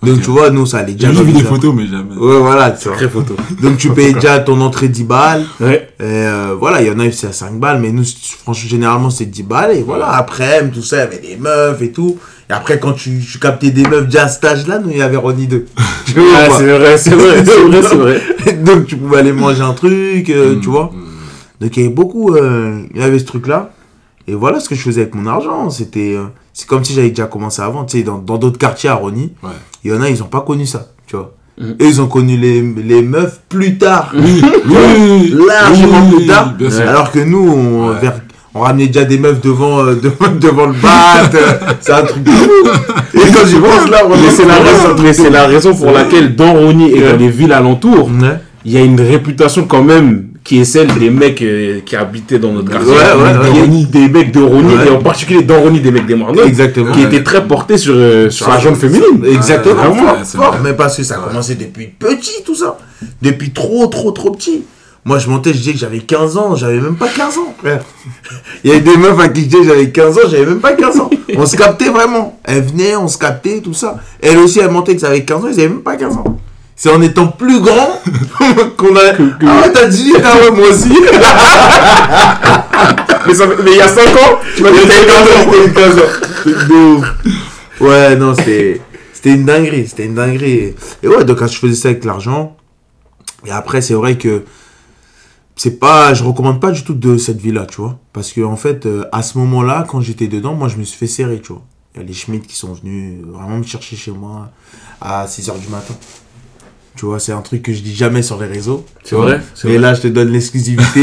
Donc, okay. tu vois, nous, ça allait déjà. J'ai vu des photos, mais jamais. Ouais, voilà, tu vois. Très photo. Donc, tu payes déjà ton entrée dix balles. Ouais. Et euh, voilà, il y en a, c'est à cinq balles, mais nous, franchement, généralement, c'est dix balles. Et voilà, après, tout ça, il y avait des meufs et tout. Et après, quand tu, tu captais des meufs déjà à cet âge-là, nous, il y avait Ronnie deux. Ouais, c'est vrai, c'est vrai, c'est vrai, c'est vrai. Donc, tu pouvais aller manger un truc, euh, mmh, tu vois. Mmh. Donc, il y avait beaucoup, euh, il y avait ce truc-là. Et voilà ce que je faisais avec mon argent. C'était, euh, c'est comme si j'avais déjà commencé avant. Tu sais, dans, dans d'autres quartiers à Ronnie, ouais. il y en a, ils n'ont pas connu ça, tu vois. Mmh. Et ils ont connu les, les meufs plus tard. Oui, oui, largement oui, plus tard. bien sûr. Alors que nous, on, ouais. vers, on ramenait déjà des meufs devant, euh, devant, devant le bat. euh, c'est un truc de fou. Et quand j'y pense là, mais c'est la raison, mais c'est la raison pour laquelle dans Ronnie et dans les villes alentours, ouais. il y a une réputation quand même qui est celle des mecs euh, qui habitaient dans notre quartier. Ouais, ouais, ouais. Des mecs de Ronnie, ouais. et en particulier dans Ronnie, des mecs des Marnots. Exactement. Qui ouais. étaient très portés sur, euh, sur la gente féminine. Exactement. Ouais, fort, ouais, c'est fort. vrai. Mais parce que ça a commencé depuis petit, tout ça. Depuis trop, trop, trop petit. Moi, je montais, je disais que j'avais quinze ans. J'avais même pas quinze ans, frère. Il y avait des meufs à qui je disais que j'avais quinze ans. J'avais même pas quinze ans. On se captait vraiment. Elle venait, on se captait, tout ça. Elle aussi, elle montait que ça avait quinze ans. Ils avaient même pas quinze ans. C'est en étant plus grand qu'on a... Que, que... Ah ouais, t'as dit, ah ouais, moi aussi. mais, ça, mais il y a cinq ans, tu m'as dit que t'avais quinze ans. Ouais, non, c'était... C'était une dinguerie, c'était une dinguerie. Et ouais, donc quand je faisais ça avec l'argent, et après, c'est vrai que c'est pas... Je recommande pas du tout de cette vie-là, tu vois. Parce que en fait, à ce moment-là, quand j'étais dedans, moi, je me suis fait serrer, tu vois. Il y a les Schmitt qui sont venus vraiment me chercher chez moi à six heures du matin. Tu vois, c'est un truc que je dis jamais sur les réseaux. C'est vrai, c'est Et vrai. là, je te donne l'exclusivité.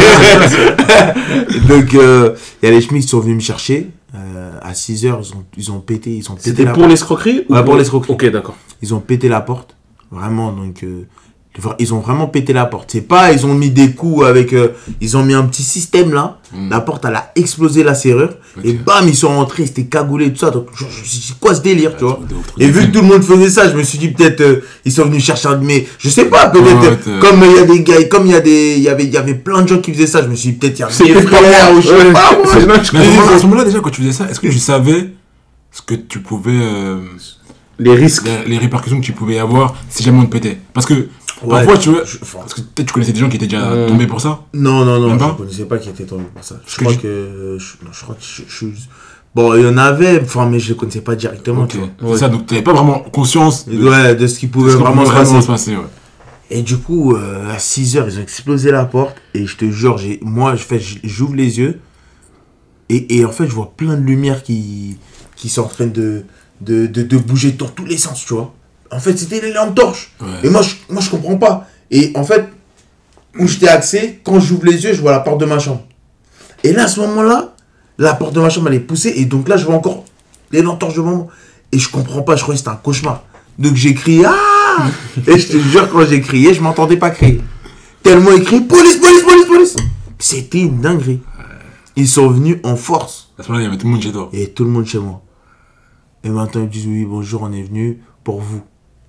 Donc, il euh, y a les Schmitt qui sont venus me chercher. Euh, à six heures, ils ont, ils ont pété. Ils ont pété C'était la pour porte. l'escroquerie ou Ouais, pour pour l'escroquerie. Ok, d'accord. Ils ont pété la porte. Vraiment, donc... Euh, ils ont vraiment pété la porte. C'est pas, ils ont mis des coups avec... Euh, ils ont mis un petit système là. Mm. La porte, elle a explosé la serrure. Okay. Et bam, ils sont rentrés. C'était cagoulé, tout ça. Donc, je, je, c'est quoi ce délire, tu vois? Et vu que tout le monde faisait ça, je me suis dit peut-être... Euh, ils sont venus chercher un de mes... Je sais pas, peut-être... Ouais, euh, comme il y a des gars... Comme il y a des... Il y avait, il y avait plein de gens qui faisaient ça. Je me suis dit peut-être il y a des frères ou je sais pas. Mais à ce moment-là, déjà, quand tu faisais ça, est-ce que tu savais ce que tu pouvais... Euh, les risques. Les, les répercussions que tu pouvais avoir si jamais on te pétait? Parce que... Ouais, parfois, tu vois, je, parce que peut-être tu connaissais des gens qui étaient déjà euh... tombés pour ça. Non, non, non, je ne connaissais pas qui étaient tombés pour ça. Je crois que, je, non, je crois que je, je, bon, il y en avait, enfin, mais je ne les connaissais pas directement. Okay. Tu vois. C'est ça, donc tu n'avais pas vraiment conscience de, ouais, de ce qui pouvait ce vraiment, vraiment se passer. Se passer ouais. Et du coup, euh, à six heures, ils ont explosé la porte. Et je te jure, j'ai, moi, je fais, j'ouvre les yeux. Et, et en fait, je vois plein de lumières qui, qui sont en train de, de, de, de bouger dans tous les sens, tu vois. En fait, c'était les lampes torches. Ouais. Et moi je, moi, je comprends pas. Et en fait, où j'étais axé, quand j'ouvre les yeux, je vois la porte de ma chambre. Et là, à ce moment-là, la porte de ma chambre, elle est poussée. Et donc là, je vois encore les lampes torches devant moi. Et je comprends pas, je croyais que c'était un cauchemar. Donc j'ai crié, ah! Et je te jure, quand j'ai crié, je m'entendais pas crier. Tellement il criait, police, police, police, police! C'était une dinguerie. Ils sont venus en force. À ce moment-là, il y avait tout le monde chez toi. Il y avait tout le monde chez moi. Et maintenant, ils disent, oui, bonjour, on est venu pour vous.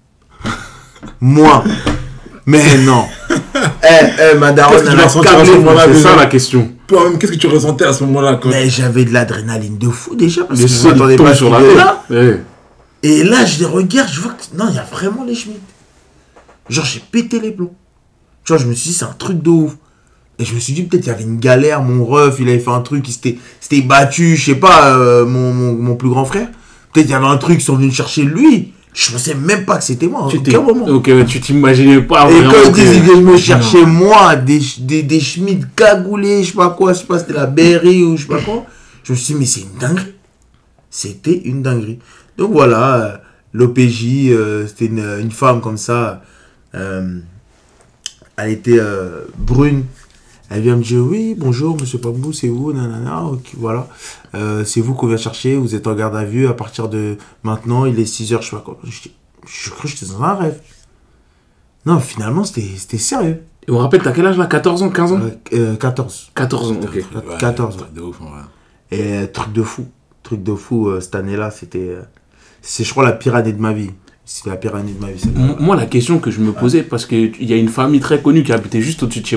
Moi. Mais non. Eh, eh, ma daronne, elle a câblé mon avis. C'est ça la question. Qu'est-ce que tu ressentais à ce moment-là quand... Mais j'avais de l'adrénaline de fou déjà. Parce les que je m'attendais pas sur la là. Ouais. Et là, je les regarde, je vois que... Non, il y a vraiment les Schmitt. Genre, j'ai pété les plombs. Tu vois, je me suis dit, c'est un truc de ouf. Et je me suis dit, peut-être il y avait une galère, mon ref, il avait fait un truc, il s'était, s'était battu, je sais pas, euh, mon, mon, mon plus grand frère. Peut-être il y avait un truc, ils sont venus chercher lui. Je pensais même pas que c'était moi, en aucun moment. Ok, tu t'imaginais pas. Et quand ils disent qu'ils viennent me chercher, moi, des, des, des Schmitt cagoulés, je sais pas quoi, je sais pas, c'était la Berry ou je sais pas quoi. Je me suis dit, mais c'est une dinguerie. C'était une dinguerie. Donc voilà, euh, l'O P J, euh, c'était une, une femme comme ça. Euh, elle était euh, brune. Elle vient me dire, oui, bonjour, monsieur Pambou, c'est vous, nanana, ok, voilà. Euh, c'est vous qu'on vient chercher, vous êtes en garde à vue, à partir de maintenant, il est six heures, je sais pas quoi. Je, je crois que j'étais dans un rêve. Non, finalement, c'était, c'était sérieux. Et on rappelle, t'as quel âge là? quatorze ans, quinze ans euh, euh, quatorze. quatorze ans, ok. Ouais, quatorze. Truc de ouf, ouais. Et euh, truc de fou. Truc de fou, euh, cette année-là, c'était... Euh, c'est, je crois, la pire année de ma vie. C'était la pire année de ma vie. Moi, la question que je me posais, ouais. Parce qu'il y a une famille très connue qui habitait juste au-dessus de chez moi.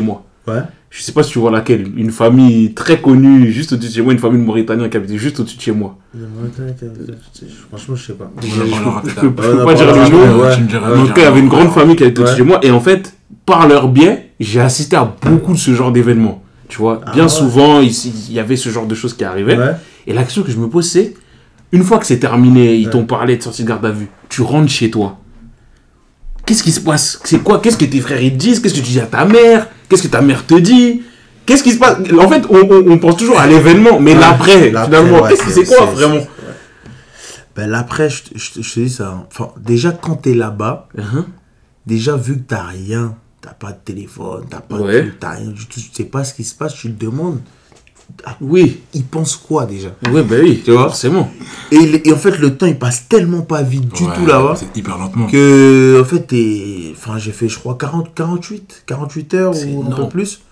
Ouais. Je sais pas si tu vois laquelle. Une famille très connue, juste au-dessus de chez moi, une famille de Mauritaniens qui habitait juste au-dessus de chez moi. Franchement, je sais pas. Je peux pas dire le nom. En tout cas, il y avait une grande famille qui habitait au-dessus de chez moi. Et en fait, par leur biais, j'ai assisté à beaucoup de ce genre d'événements. Tu vois, ah bien ouais. souvent, il, il y avait ce genre de choses qui arrivaient. Ouais. Et la question que je me pose, c'est, une fois que c'est terminé, ils ouais. t'ont parlé de sortie de garde à vue, tu rentres chez toi. Qu'est-ce qui se passe? C'est quoi? Qu'est-ce que tes frères ils te disent? Qu'est-ce que tu dis à ta mère? Qu'est-ce que ta mère te dit? Qu'est-ce qui se passe? En fait, on, on, on pense toujours à l'événement, mais ouais, l'après, l'après, finalement, ouais, qu'est-ce que c'est, c'est quoi c'est, vraiment? C'est, ben, l'après, je, je, je te dis ça. Enfin, déjà, quand t'es là-bas, uh-huh. déjà, vu que t'as rien, t'as pas de téléphone, t'as pas ouais. de truc, t'as rien du tout, tu sais pas ce qui se passe, tu te demandes. Ah, oui, ils pensent quoi déjà? Oui, ben oui, tu vois, forcément. Et, et en fait, le temps il passe tellement pas vite du ouais, tout là-bas. C'est hyper lentement. Que, en fait, t'es... Enfin, j'ai fait, je crois, quarante, quarante-huit, quarante-huit heures c'est ou un peu plus.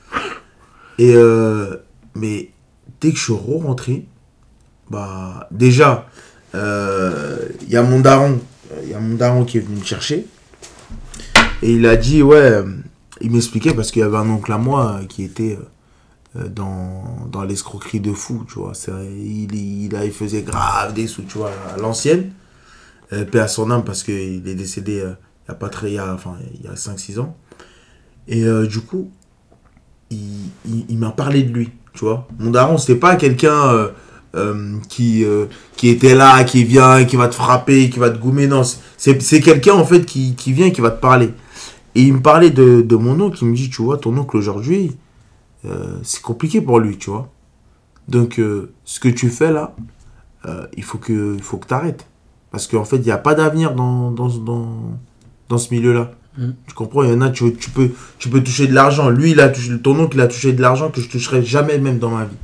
Et, euh, mais dès que je suis re-rentré, bah, déjà, il euh, y a mon daron, il y a mon daron qui est venu me chercher. Et il a dit, ouais, il m'expliquait parce qu'il y avait un oncle à moi qui était. Dans, dans l'escroquerie de fou, tu vois. C'est, il, il, il faisait grave des sous, tu vois, à l'ancienne. Euh, paix à son âme, parce qu'il est décédé euh, il n'y a pas très... Il y a, enfin, il y a cinq six ans. Et euh, du coup, il, il, il m'a parlé de lui, tu vois. Mon daron, c'était pas quelqu'un euh, euh, qui, euh, qui était là, qui vient, qui va te frapper, qui va te goumer. Non, c'est, c'est quelqu'un, en fait, qui, qui vient et qui va te parler. Et il me parlait de, de mon oncle, il me dit, tu vois, ton oncle aujourd'hui... Euh, c'est compliqué pour lui, tu vois. Donc, euh, ce que tu fais là, euh, il faut que, il faut que tu arrêtes. Parce qu'en fait, il n'y a pas d'avenir dans, dans, dans, dans ce milieu-là. Mmh. Tu comprends? Il y en a, tu, tu, peux, tu peux toucher de l'argent. Lui, il a touché, ton oncle, il a touché de l'argent que je ne toucherai jamais même dans ma vie.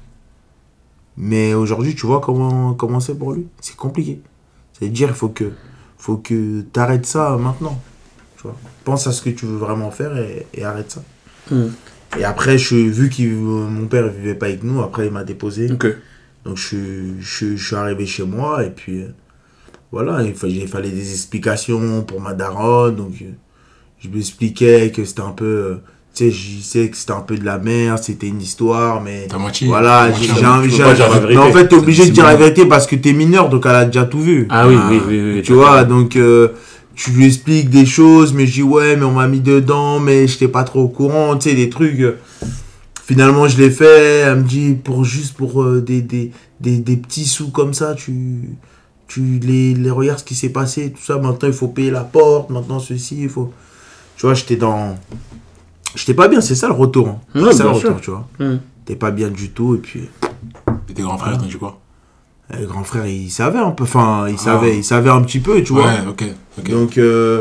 Mais aujourd'hui, tu vois comment, comment c'est pour lui? C'est compliqué. C'est-à-dire, il faut que, faut que tu arrêtes ça maintenant. Tu vois? Pense à ce que tu veux vraiment faire et, et arrête ça. Mmh. Et après, je, vu que mon père ne vivait pas avec nous, après il m'a déposé. Okay. Donc je, je, je suis arrivé chez moi et puis euh, voilà, il fallait, il fallait des explications pour ma daronne. Donc euh, je lui expliquais que c'était un peu, euh, tu sais, je sais que c'était un peu de la merde, c'était une histoire, mais t'as moitié, voilà, j'ai, j'ai envie, j'ai, mais en fait t'es obligé de dire la vérité parce que t'es mineur, donc elle a déjà tout vu. Ah oui, ah, oui, oui, oui. Tu vois, donc euh, tu lui expliques des choses, mais je dis ouais, mais on m'a mis dedans, mais je n'étais pas trop au courant, tu sais, des trucs. Finalement, je l'ai fait. Elle me dit, pour, juste pour euh, des, des, des, des petits sous comme ça, tu, tu les, les regardes ce qui s'est passé, tout ça. Maintenant, il faut payer la porte, maintenant, ceci, il faut. Tu vois, j'étais dans. J'étais pas bien, c'est ça le retour. Hein. Ouais, c'est ça le sûr. retour, tu vois. Mmh. T'es pas bien du tout, et puis. Et tes grands frères, t'as dit quoi? Les grands frères, ils savaient un peu, enfin, ils savaient, ah. ils savaient un petit peu, tu vois. Ouais, ok, ok. Donc, euh,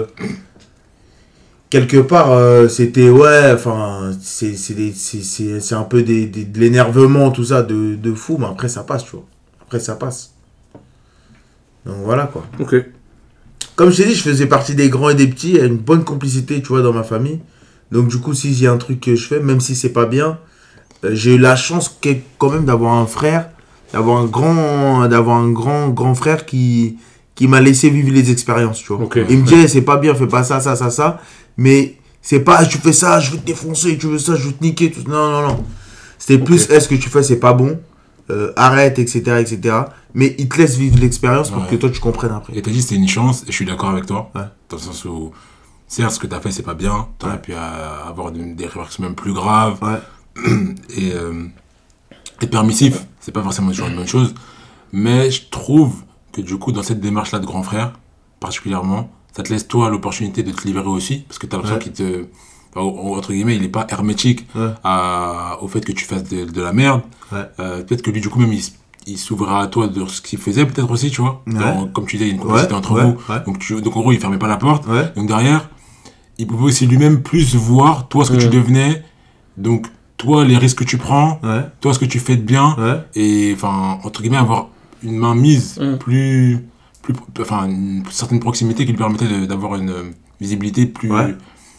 quelque part, euh, c'était, ouais, enfin, c'est, c'est, des, c'est, c'est, c'est un peu des, des, de l'énervement, tout ça, de, de fou, mais après, ça passe, tu vois. Après, ça passe. Donc, voilà, quoi. Ok. Comme je t'ai dit, je faisais partie des grands et des petits, il y a une bonne complicité, tu vois, dans ma famille. Donc, du coup, s'il y a un truc que je fais, même si c'est pas bien, euh, j'ai eu la chance, quand même, d'avoir un frère, d'avoir un grand d'avoir un grand grand frère qui qui m'a laissé vivre les expériences, tu vois. Okay. Il me disait c'est pas bien, fais pas ça ça ça ça, mais c'est pas tu fais ça, je vais te défoncer, tu veux ça, je vais te niquer, tout. Non non non. C'était okay. Plus est-ce que tu fais c'est pas bon, euh, arrête, et cetera et cetera. Mais il te laisse vivre l'expérience pour ouais. que toi tu comprennes après. Et t'as dit c'était une chance et je suis d'accord avec toi. Ouais. Dans le sens où certes ce que t'as fait c'est pas bien, t'aurais ouais. pu euh, avoir des, des réactions même plus graves. Ouais. Et euh, t'es permissif, c'est pas forcément toujours une bonne chose, mais je trouve que du coup dans cette démarche là de grand frère particulièrement, ça te laisse toi l'opportunité de te libérer aussi, parce que t'as l'impression ouais. qu'il te, enfin, entre guillemets, il est pas hermétique ouais. à, au fait que tu fasses de, de la merde. Ouais. Euh, peut-être que lui du coup même il, il s'ouvrira à toi de ce qu'il faisait peut-être aussi, tu vois. Ouais. Dans, comme tu disais, il y a une complicité ouais. entre ouais. vous, ouais. donc, tu, donc en gros il fermait pas la porte, ouais. donc derrière il pouvait aussi lui-même plus voir toi ce que ouais. tu devenais, donc toi les risques que tu prends, ouais. toi ce que tu fais de bien, ouais. et enfin entre guillemets avoir une main mise mm. plus, plus, enfin une certaine proximité qui lui permettait de, d'avoir une visibilité plus, ouais.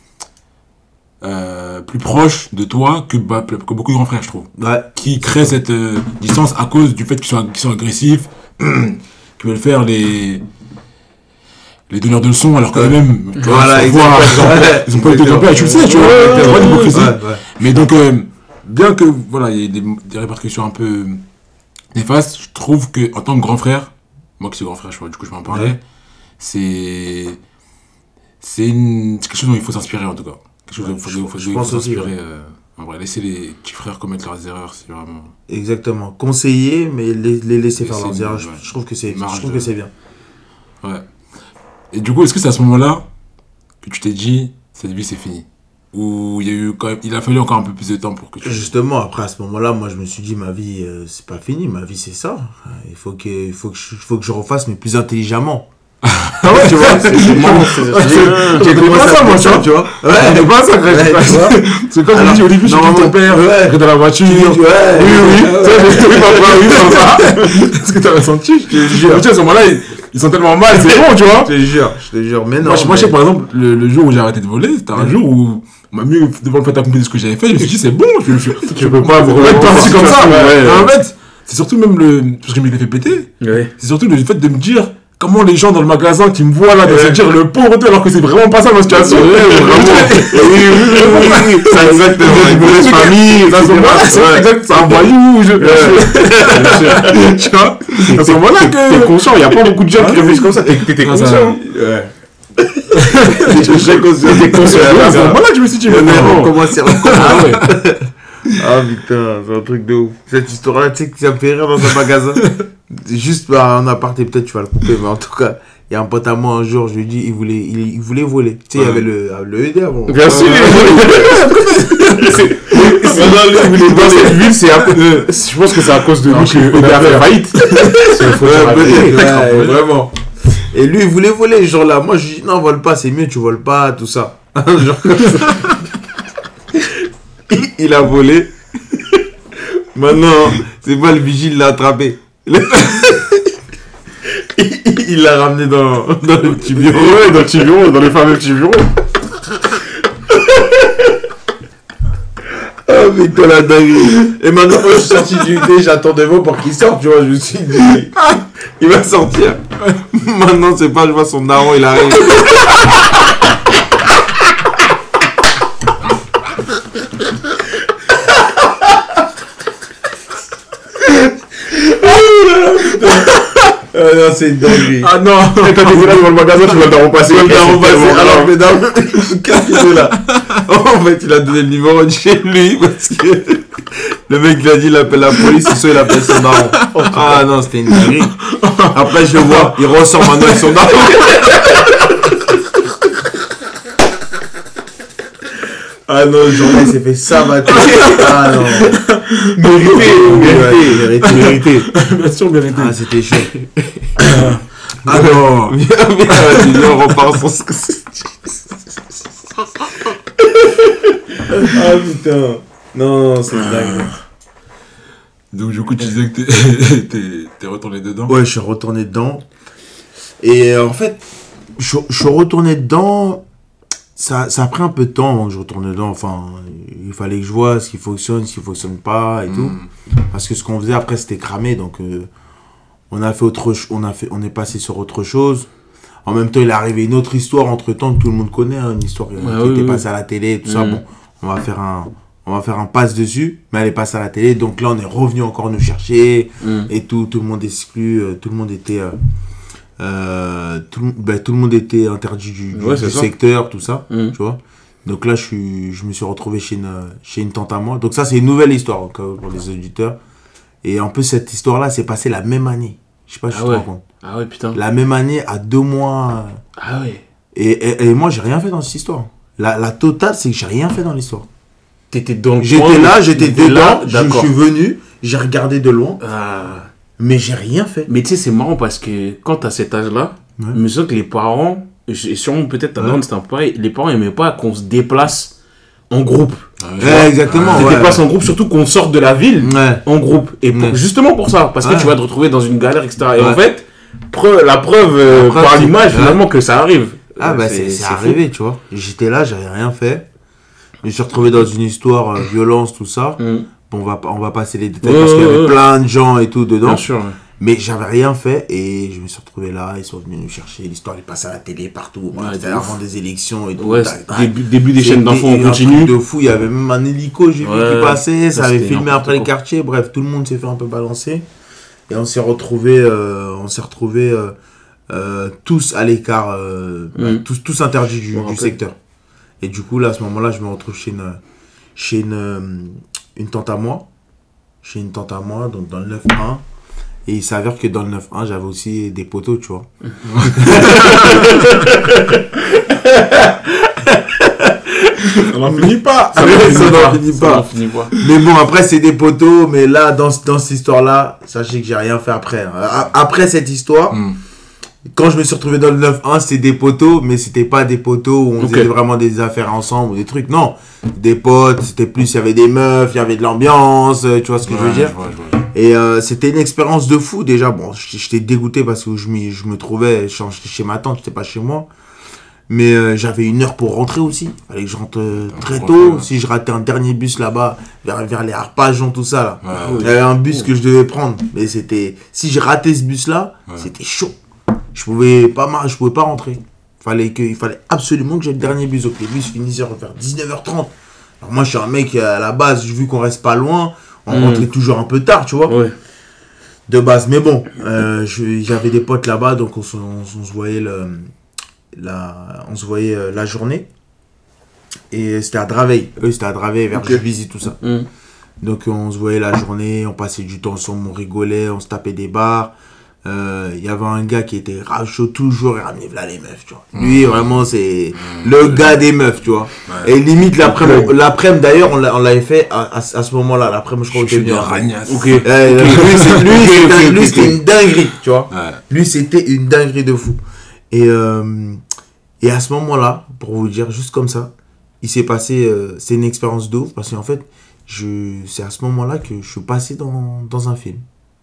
euh, plus proche de toi que, bah, que beaucoup de grands frères, je trouve, ouais. qui créent cette euh, distance à cause du fait qu'ils sont, qu'ils sont agressifs, qu'ils veulent faire les les donneurs de leçons, alors que eux-mêmes, tu vois, Voilà, ils ont pas- ils ont pas été développés, et tu le sais, tu vois, Ouais, t'as pas ouais, d'hypocrisie. ouais, ouais. Mais donc, euh, bien que, voilà, il y ait des, des répercussions un peu néfastes, je trouve que, en tant que grand frère, moi qui suis grand frère, je, du coup, je m'en parlais, Ouais. c'est, c'est une, c'est quelque chose dont il faut s'inspirer, en tout cas. Quelque chose dont il faut, Je- faut, je il pense faut aussi, s'inspirer. ouais. Euh, en vrai, laisser les petits frères commettre leurs erreurs, c'est vraiment... Exactement. Conseiller, mais les, les laisser faire Laisser leurs une- erreurs. Je, ouais. je trouve que c'est, Marge je trouve de- que c'est bien. Ouais. Et du coup, est-ce que c'est à ce moment-là que tu t'es dit, cette vie c'est fini? Ou il y a eu quand même, il a fallu encore un peu plus de temps pour que tu... Justement, après à ce moment-là, moi je me suis dit, ma vie, euh, c'est pas fini, ma vie c'est ça. Il faut que, il faut que, je, il faut que je refasse, mais plus intelligemment. Ah ouais, tu vois, c'est marrant, c'est- c'est- J'ai J'étais pas ça, moi, tu vois. tu vois. Ouais, j'étais pas ça, quand Ouais, j'étais pas tu vois. ça. C'est comme je Alors, dis au début, j'ai dit normalement, ton père, ouais. que dans la voiture. Ouais, Oui, oui. ouais, Tu sais, j'ai story papa, oui, comme ça. Est-ce que t'as ressenti? Je te jure. À ce moment-là, ils- ils sont tellement mal, c'est bon, tu vois. Je te jure, je te jure, mais non. Moi, je, moi, je sais, mais- par exemple, le, le jour où j'ai arrêté de voler, c'était un jour où on m'a mis devant le fait accompli de ce que j'avais fait. Je me suis dit, c'est bon, je, je, Je peux pas vous être parti comme ça. Ouais, Mais ouais. en fait, c'est surtout même le. Parce que je me l'ai fait péter. Ouais. C'est surtout le fait de me dire comment les gens dans le magasin qui me voient là, de se dire le pauvre de, alors que c'est vraiment pas ça ma situation. Ouais, vraiment. Oui, oui, oui, oui, oui. C'est exactement. Une mauvaise famille, ça, à ce moment-là, c'est exact, c'est un voyou, je. Tu vois, à ce moment-là T'es que. conscient, il y a pas beaucoup de gens qui réfléchissent comme ça. T'es t'es Ah, ça- conscient. Ouais. J'ai conscient. T'es conscient. À ce moment-là que je me suis dit, mais On non. recommence, Ah ouais. Ah putain, c'est un truc de ouf. Cette histoire-là, tu sais que ça me fait rire dans un magasin. Juste par un aparté, peut-être tu vas le couper, mais en tout cas, il y a un pote à moi un jour, je lui ai dit, il voulait, il, il voulait voler. Tu sais, il y Ouais. avait le, le E D avant. Bien sûr. C'est- Dans cette ville, c'est à cause de- je pense que c'est à cause de lui que E D a fait faillite. C'est une faute Ouais, à peut-être, laver. ouais, vraiment. Et lui, il voulait voler, genre là. Moi, je lui dis, non, vole pas, c'est mieux, tu voles pas, tout ça. Genre comme ça. Il a volé. Maintenant, c'est pas le vigile, il l'a attrapé. Il l'a ramené dans, dans le petit bureau. Ouais, dans le petit bureau, dans les fameux petits bureaux. Oh putain la dinguerie. Et maintenant moi je suis sorti du dé, j'attends devant pour qu'il sorte, tu vois, je me suis dit il va sortir. Maintenant c'est pas, je vois son daron, il arrive. Ah non, c'est une dinguerie. Ah non, quand t'étais là devant le magasin, tu vas le daron passer. Le daron passé, alors que daron, qu'est-ce qu'il fait là? En fait, il a donné le numéro de chez lui parce que le mec lui a dit il appelle la police, ou soit il appelle son daron. Ah non, c'était une dinguerie. Après, je le vois, il ressort maintenant avec son daron. Ah non, le journée il s'est fait sabater. Ah non. Mérité, Mérité, mérité, mérité. Bien sûr, mérité. Ah, c'était chaud. Ah non. Viens, viens, vas-y, viens, on repart sur ce que c'est. Ah putain. Non, non, c'est dingue. Donc, du coup, tu disais que t'es- t'es t'es retourné dedans. Ouais, je suis retourné dedans. Et euh, en fait, je, je suis retourné dedans. Ça, ça a pris un peu de temps avant que je retourne dedans. Enfin, il fallait que je vois ce qui fonctionne, ce qui fonctionne pas et tout. Mm. Parce que ce qu'on faisait après, c'était cramé. Donc, euh, on a fait autre ch- on a fait, on est passé sur autre chose. En même temps, il est arrivé une autre histoire entre temps que tout le monde connaît, hein, une histoire euh, Ah qui oui, était oui. passée à la télé et tout ça. Mm. Bon, on va faire un, on va faire un pass dessus, mais elle est passée à la télé. Donc là, on est revenu encore nous chercher Mm. et tout, tout le monde exclu, euh, tout le monde était, euh, euh, tout, le- ben, tout le monde était interdit du, du- Ouais, c'est du ça. secteur, tout ça, Mm. tu vois. Donc là, je suis, je me suis retrouvé chez une, chez une tante à moi. Donc ça, c'est une nouvelle histoire encore pour les auditeurs. Et en plus, cette histoire-là s'est passée la même année. Je sais pas si Ah tu te ouais. rends compte. Ah ouais, putain. La même année, à deux mois. Ah ouais. Et, et, et moi, j'ai rien fait dans cette histoire. La, la totale, c'est que j'ai rien fait dans l'histoire. T'étais dans le J'étais coin, là, j'étais t'étais dedans, là, je d'accord. suis venu, j'ai regardé de loin, Ah. mais j'ai rien fait. Mais tu sais, c'est marrant parce que quand t'as cet âge-là, Ouais. je me souviens que les parents, et sûrement peut-être ta Ouais. daronne c'était un peu pareil, les parents aimaient pas qu'on se déplace en groupe. Ah Tu ouais. vois, Ouais, exactement. On se ouais, déplace en groupe, surtout qu'on sorte de la ville ouais. en groupe. Et pour- Ouais. justement pour ça, parce que Ouais. tu vas te retrouver dans une galère, et cetera. Et Ouais. en fait, preuve- la preuve, euh, La preuve, par c'est- l'image, ouais. finalement, que ça arrive. Ah Euh, bah c'est c'est fou. arrivé, tu vois. J'étais là, j'avais rien fait. Je me suis retrouvé dans une histoire, euh, violence, tout ça. Mm. Bon, on va, pas- on va passer les détails Ouais, parce qu'il y ouais, avait ouais. plein de gens et tout dedans. Bien sûr. Ouais. Mais j'avais rien fait et je me suis retrouvé là, ils sont venus nous chercher, l'histoire est passée à la télé partout, Ouais, c'était de avant ouf. des élections et tout. Ouais, tac, tac. début, début des C'est chaînes d'infos en un continu. truc de fou, il y avait même un hélico, j'ai Ouais, vu qui passait, ça ça, avait c'était filmé n'importe après les quoi. quartiers, bref, tout le monde s'est fait un peu balancer. Et on s'est retrouvés, euh, on s'est retrouvés euh, euh, tous à l'écart, euh, Mm. bah, tous, tous interdits Je du, me du rappelle. secteur. Et du coup, là, à ce moment-là, je me retrouve chez une, chez une, euh, une tante à moi, chez une tante à moi, donc dans le neuf un. Et il s'avère que dans le neuf un, j'avais aussi des poteaux, tu vois. On n'en finit pas. Ah, mais ça n'en finit Ça pas. n'en finit pas. Mais bon, après, c'est des poteaux. Mais là, dans, dans cette histoire-là, sachez que j'ai rien fait après. hein. A- Après cette histoire, Mm. quand je me suis retrouvé dans le neuf un, c'était des poteaux. Mais c'était pas des poteaux où on Ok. faisait vraiment des affaires ensemble ou des trucs. Non, des potes. C'était plus, il y avait des meufs, il y avait de l'ambiance. euh, Tu vois ce que je veux Ouais, dire? je vois, je vois. Et euh, c'était une expérience de fou déjà. Bon, j'étais j'étais dégoûté parce que je, m'y- je me trouvais, je- j'étais chez ma tante, j'étais pas chez moi. Mais euh, j'avais une heure pour rentrer aussi. Fallait que je rentre euh, très trop tôt. fort. Si je ratais un dernier bus là-bas, vers, vers les Arpajon, tout ça là. Ouais. Il y avait un bus que je devais prendre. Mais c'était. Si je ratais ce bus-là, Ouais. c'était chaud. Je pouvais pas, mar- je pouvais pas rentrer. Fallait que, il fallait absolument que j'ai le dernier bus. Donc les bus finissaient vers dix-neuf heures trente. Alors moi, je suis un mec, à la base, vu qu'on reste pas loin, on Mm. rentrait toujours un peu tard, tu vois. Ouais. De base. Mais bon, euh, je- j'avais des potes là-bas, donc on, se- on se- on se voyait le, la, on se voyait euh, la journée. Et c'était à Draveil. Eux, c'était à Draveil, vers Ok. Juvisy, tout ça. Mm. Donc on se voyait la journée, on passait du temps ensemble, on rigolait, on se tapait des bars. Euh, Il y avait un gars qui était grave chaud, toujours, il ramenait là les meufs, tu vois. Lui, vraiment, c'est le gars des meufs, tu vois. Ouais. Et limite, l'après-midi, l'après-midi, d'ailleurs, on l'a- on l'avait fait à, à, à ce moment-là. L'après-midi, je crois que Je suis t'es de venu. ragnasse. Ok. Euh, lui, c'est- lui, Ok, c'était ok, un- lui, ok, c'était ok. une dinguerie, tu vois. Ouais. Lui, c'était une dinguerie de fou. Et, euh, et à ce moment-là, pour vous dire, juste comme ça, il s'est passé. Euh, c'est une expérience d'eau, parce qu'en fait, je, c'est à ce moment-là que je suis passé dans, dans un film.